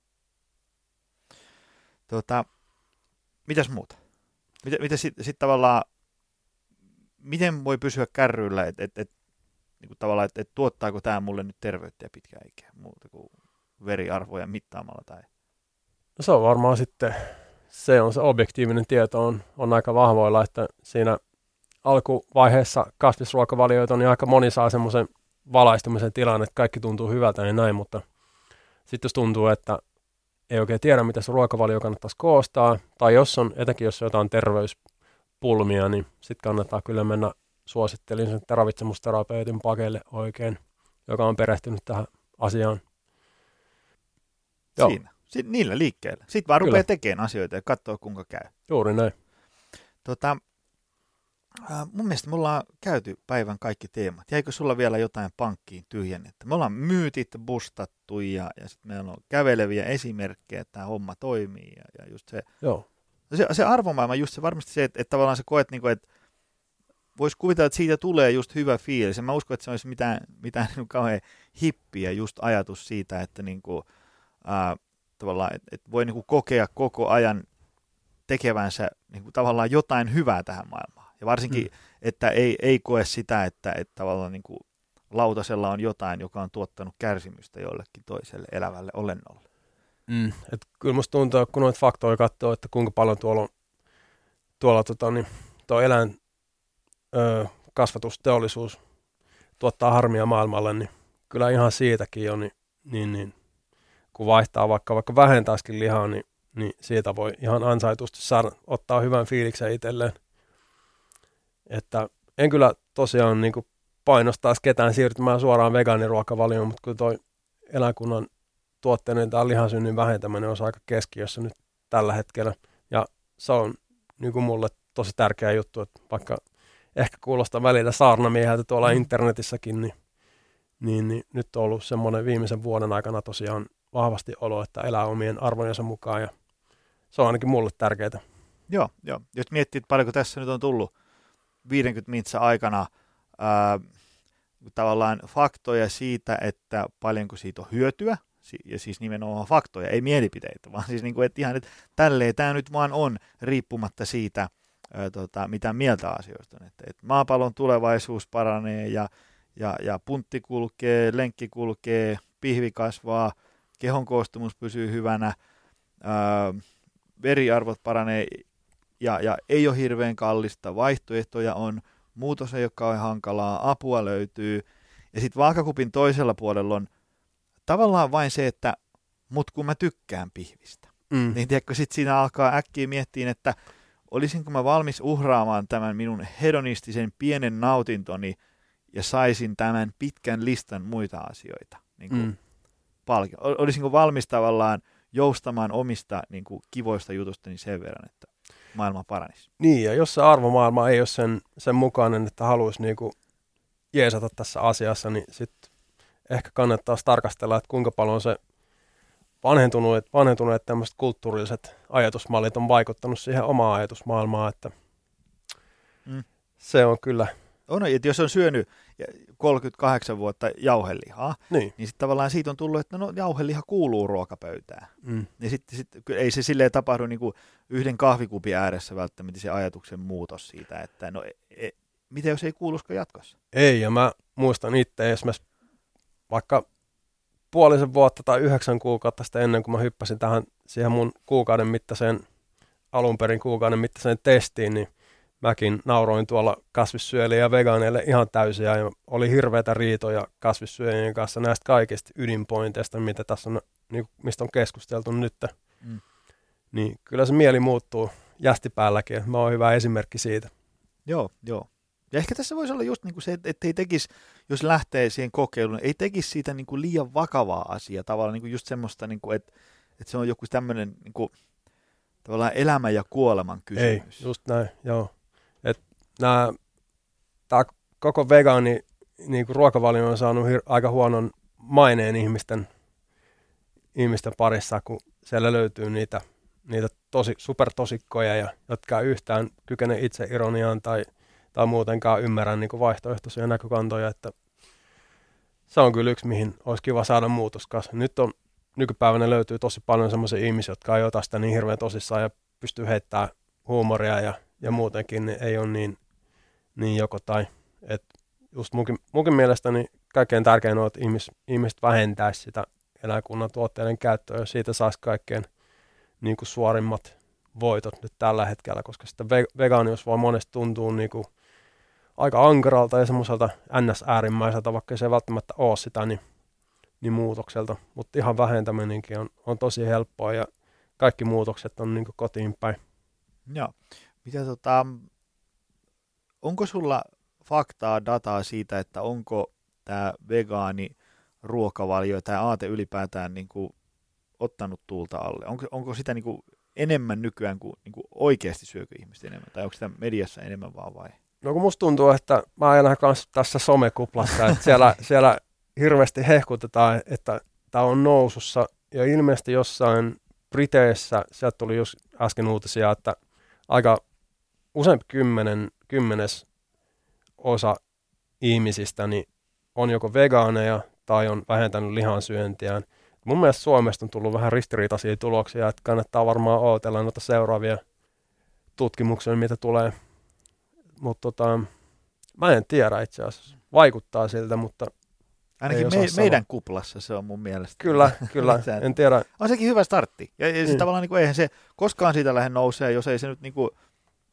Tota, mitäs muuta? Miten, miten sitten sit tavallaan, miten voi pysyä kärryillä, että et, et, niin kuin tavallaan, että et tuottaako tämä mulle nyt terveyttä ja pitkää ikää muuta kuin veriarvoja mittaamalla? Tai... No se on varmaan sitten, se on se objektiivinen tieto on, on aika vahvoilla, että siinä alkuvaiheessa kasvisruokavalioita on niin aika moni saa semmoisen valaistumisen tilan, että kaikki tuntuu hyvältä ja näin, mutta sitten jos tuntuu, että ei oikein tiedä, mitä se ruokavalio kannattaisi koostaa, tai jos on, etenkin jos on jotain terveyspulmia, niin sitten kannattaa kyllä mennä, suosittelin sen ravitsemusterapeutin pakeille oikein, joka on perehtynyt tähän asiaan. Joo. Siinä. Sitten niillä liikkeellä. Sitten vaan Kyllä. rupeaa tekemään asioita ja katsoo, kuinka käy. Juuri näin. Tota, äh, mun mielestä me ollaan käyty päivän kaikki teemat. Jäikö sulla vielä jotain pankkiin tyhjennettä? Me ollaan myytit bustattu ja, ja sitten meillä on käveleviä esimerkkejä, että tämä homma toimii. Ja, ja just se, Joo. se, se arvomaailma, just se varmasti se, että, että tavallaan sä koet, niin kuin, että voisi kuvitella, että siitä tulee just hyvä fiilis. Mä uskon, että se olisi mitään, mitään niin kauhean hippiä just ajatus siitä, että niin kuin, äh, tavallaan, että, että voi niin kuin kokea koko ajan tekevänsä niin kuin tavallaan jotain hyvää tähän maailmaan. Ja varsinkin, mm. että ei, ei koe sitä, että, että tavallaan niin kuin lautasella on jotain, joka on tuottanut kärsimystä jollekin toiselle elävälle olennolle. Mm. Et kyllä musta tuntuu, kun noita faktoja katsoo, että kuinka paljon tuolla on tuolla tota, niin, tuo eläin ö, kasvatusteollisuus tuottaa harmia maailmalle, niin kyllä ihan siitäkin jo, niin, niin, niin kun vaihtaa vaikka, vaikka vähentäisikin lihaa, niin, niin siitä voi ihan ansaitusti saada, ottaa hyvän fiiliksen itselleen. Että en kyllä tosiaan niin kuin painostaisi ketään siirtymään suoraan vegaaniruokavalioon, mutta kyllä toi eläinkunnan tuotteiden tai lihansyönnin vähentäminen on aika keskiössä nyt tällä hetkellä. Ja se on niin kuin mulle tosi tärkeä juttu, että vaikka ehkä kuulostaa välillä saarnamieheltä tuolla internetissäkin, niin, niin, niin nyt on ollut semmoinen viimeisen vuoden aikana tosiaan vahvasti olo, että elää omien arvojensa mukaan ja se on ainakin mulle tärkeää. Joo, joo. Jos miettii, että paljonko tässä nyt on tullut viidenkymmenen mintsa aikana ää, tavallaan faktoja siitä, että paljonko siitä on hyötyä, ja siis nimenomaan faktoja, ei mielipiteitä, vaan siis niin kuin, että ihan, että tälleen tämä nyt vaan on, riippumatta siitä, ää, tota, mitä mieltä asioista on. Että, että maapallon tulevaisuus paranee, ja, ja, ja puntti kulkee, lenkki kulkee, pihvi kasvaa, kehon koostumus pysyy hyvänä, ää, veriarvot paranee, ja, ja ei ole hirveän kallista, vaihtoehtoja on, muutos ei ole kauhean hankalaa, apua löytyy, ja sitten vaakakupin toisella puolella on tavallaan vain se, että mut kun mä tykkään pihvistä, mm. niin tiedätkö, sitten siinä alkaa äkkiä miettiä, että olisinko mä valmis uhraamaan tämän minun hedonistisen pienen nautintoni ja saisin tämän pitkän listan muita asioita, niin kuin mm. palkio. Olisinko valmis tavallaan joustamaan omista niin kuin kivoista jutustani sen verran, että maailma paranisi. Niin, ja jos se arvomaailma ei ole sen, sen mukainen, että haluaisi niinku jeesata tässä asiassa, niin sitten ehkä kannattaa tarkastella, että kuinka paljon se vanhentuneet, vanhentuneet tämmöiset kulttuurilliset ajatusmallit on vaikuttanut siihen omaan ajatusmaailmaan, että mm. se on kyllä. On, että jos on syönyt kolmekymmentäkahdeksan vuotta jauhelihaa, niin, niin sitten tavallaan siitä on tullut, että no jauheliha kuuluu ruokapöytään. Mm. Niin sitten sit, ei se silleen tapahdu niin kuin yhden kahvikupin ääressä välttämättä se ajatuksen muutos siitä, että no e, mitä jos ei kuuluisikaan jatkossa? Ei, ja mä muistan itse esimerkiksi vaikka puolisen vuotta tai yhdeksän kuukautta sitä ennen kuin mä hyppäsin tähän siihen mun kuukauden mittaiseen, alun perin kuukauden mittaiseen testiin, niin mäkin nauroin tuolla kasvissyöjille ja vegaaneille ihan täysiä ja oli hirveätä riitoja kasvissyöjien kanssa näistä kaikista ydinpointeista, mitä tässä on, niin, mistä on keskusteltu nyt. Mm. Niin kyllä se mieli muuttuu jästipäälläkin. Mä oon hyvä esimerkki siitä. Joo, joo. Ja ehkä tässä voisi olla just niin kuin se, että ei tekisi, jos lähtee siihen kokeiluun, ei tekisi siitä niin kuin liian vakavaa asiaa. Tavallaan niin kuin just semmoista, niin kuin, että, että se on joku tämmöinen niin kuin, tavallaan elämän ja kuoleman kysymys. Ei, just näin, joo. Nämä, tämä koko vegaani niin kuin ruokavalio on saanut hir- aika huonon maineen ihmisten, ihmisten parissa, kun siellä löytyy niitä, niitä tosi, supertosikkoja, ja, jotka ei yhtään kykene itse ironiaan tai, tai muutenkaan ymmärrä niin kuin vaihtoehtoisia näkökantoja. Että se on kyllä yksi, mihin olisi kiva saada muutos kanssa. Nyt on, nykypäivänä löytyy tosi paljon sellaisia ihmisiä, jotka ei ota sitä niin hirveän tosissaan ja pystyy heittämään huumoria ja, ja muutenkin niin ei ole niin niin joko tai. Et just munkin, munkin mielestäni kaikkein tärkein on, että ihmis, ihmiset vähentäisi sitä eläinkunnan tuotteiden käyttöä, ja siitä saisi kaikkein niin kuin suorimmat voitot nyt tällä hetkellä, koska sitten vegaanius voi monesti tuntua niin kuin aika ankaralta ja semmoiselta ns-äärimmäiseltä, vaikka se ei välttämättä ole sitä, niin, niin muutokselta. Mutta ihan vähentäminenkin on, on tosi helppoa, ja kaikki muutokset on niin kuin kotiin päin. Joo. Mitä tota... Onko sulla faktaa, dataa siitä, että onko tämä vegaani ruokavalio, tämä aate ylipäätään niin kuin ottanut tuulta alle? Onko, onko sitä niin kuin enemmän nykyään kuin, niin kuin oikeasti syökö ihmiset enemmän? Tai onko sitä mediassa enemmän vaan vai? No kun musta tuntuu, että mä elän kanssa tässä somekuplassa, että siellä, siellä hirveästi hehkutetaan, että tämä on nousussa. Ja ilmeisesti jossain Briteissä, sieltä tuli just äsken uutisia, että aika useampi kymmenen kymmenes osa ihmisistä niin on joko vegaaneja tai on vähentänyt lihansyöntiään. Mun mielestä Suomesta on tullut vähän ristiriitaisia tuloksia, että kannattaa varmaan odotella noita seuraavia tutkimuksia, mitä tulee. Mutta tota, mä en tiedä itse asiassa. Vaikuttaa siltä, mutta ainakin me, meidän kuplassa se on mun mielestä. Kyllä, kyllä. En tiedä. On sekin hyvä startti. Ja, ja se mm. tavallaan niin kuin, eihän se koskaan siitä lähde nousee, jos ei se nyt niin kuin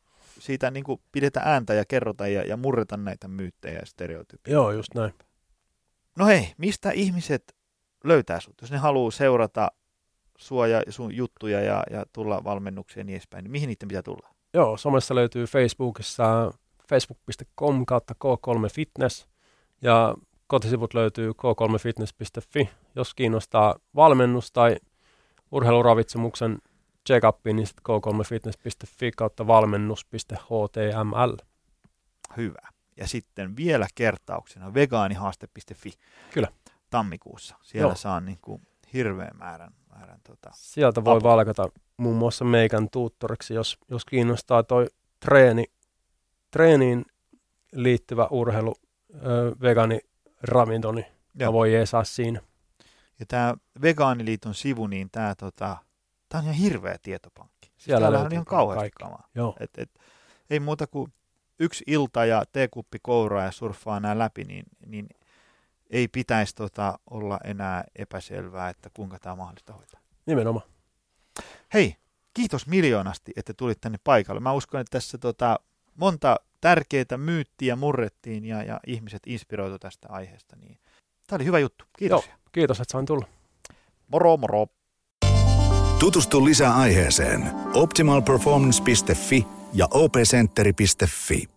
siitä niin kuin pidetään ääntä ja kerrota ja, ja murreta näitä myyttejä ja stereotypioita. Joo, just näin. No hei, mistä ihmiset löytää sut? Jos ne haluaa seurata sua ja sun juttuja ja, ja tulla valmennukseen ja niin edespäin, niin mihin niiden pitää tulla? Joo, somessa löytyy Facebookissa facebook piste com kautta K kolme Fitness ja kotisivut löytyy k kolme fitness piste fi. Jos kiinnostaa valmennus tai urheiluravitsemuksen check-upiin, niin sitten k kolme fitness piste fi kautta valmennus piste h t m l. Hyvä. Ja sitten vielä kertauksena vegaanihaaste piste fi. Kyllä. Tammikuussa. Siellä Joo. saa niin kuin hirveän määrän. määrän tota, Sieltä voi apua. valkata muun muassa meikän tuuttoriksi, jos, jos kiinnostaa toi treeni, treeniin liittyvä urheilu, ö, vegaaniravinto, niin mä voi jeesaa siinä. Ja tämä Vegaaniliiton sivu, niin tämä tota, tää on ihan hirveä tietopankki. Siellä Täällä löytyy on ihan kauheasti kaikki. kamaa. Joo. Et, et, ei muuta kuin yksi ilta ja teekuppi kouraa ja surffaa nämä läpi, niin, niin ei pitäisi tota olla enää epäselvää, että kuinka tämä on mahdollista hoitaa. Nimenomaan. Hei, kiitos miljoonasti, että tulit tänne paikalle. Mä uskon, että tässä tota, monta tärkeää myyttiä murrettiin ja, ja ihmiset inspiroitu tästä aiheesta. Niin tämä oli hyvä juttu. Kiitos. Joo, kiitos, että sain tulla. Moro, moro. Tutustu lisää aiheeseen optimal performance piste fi ja o p centeri piste fi.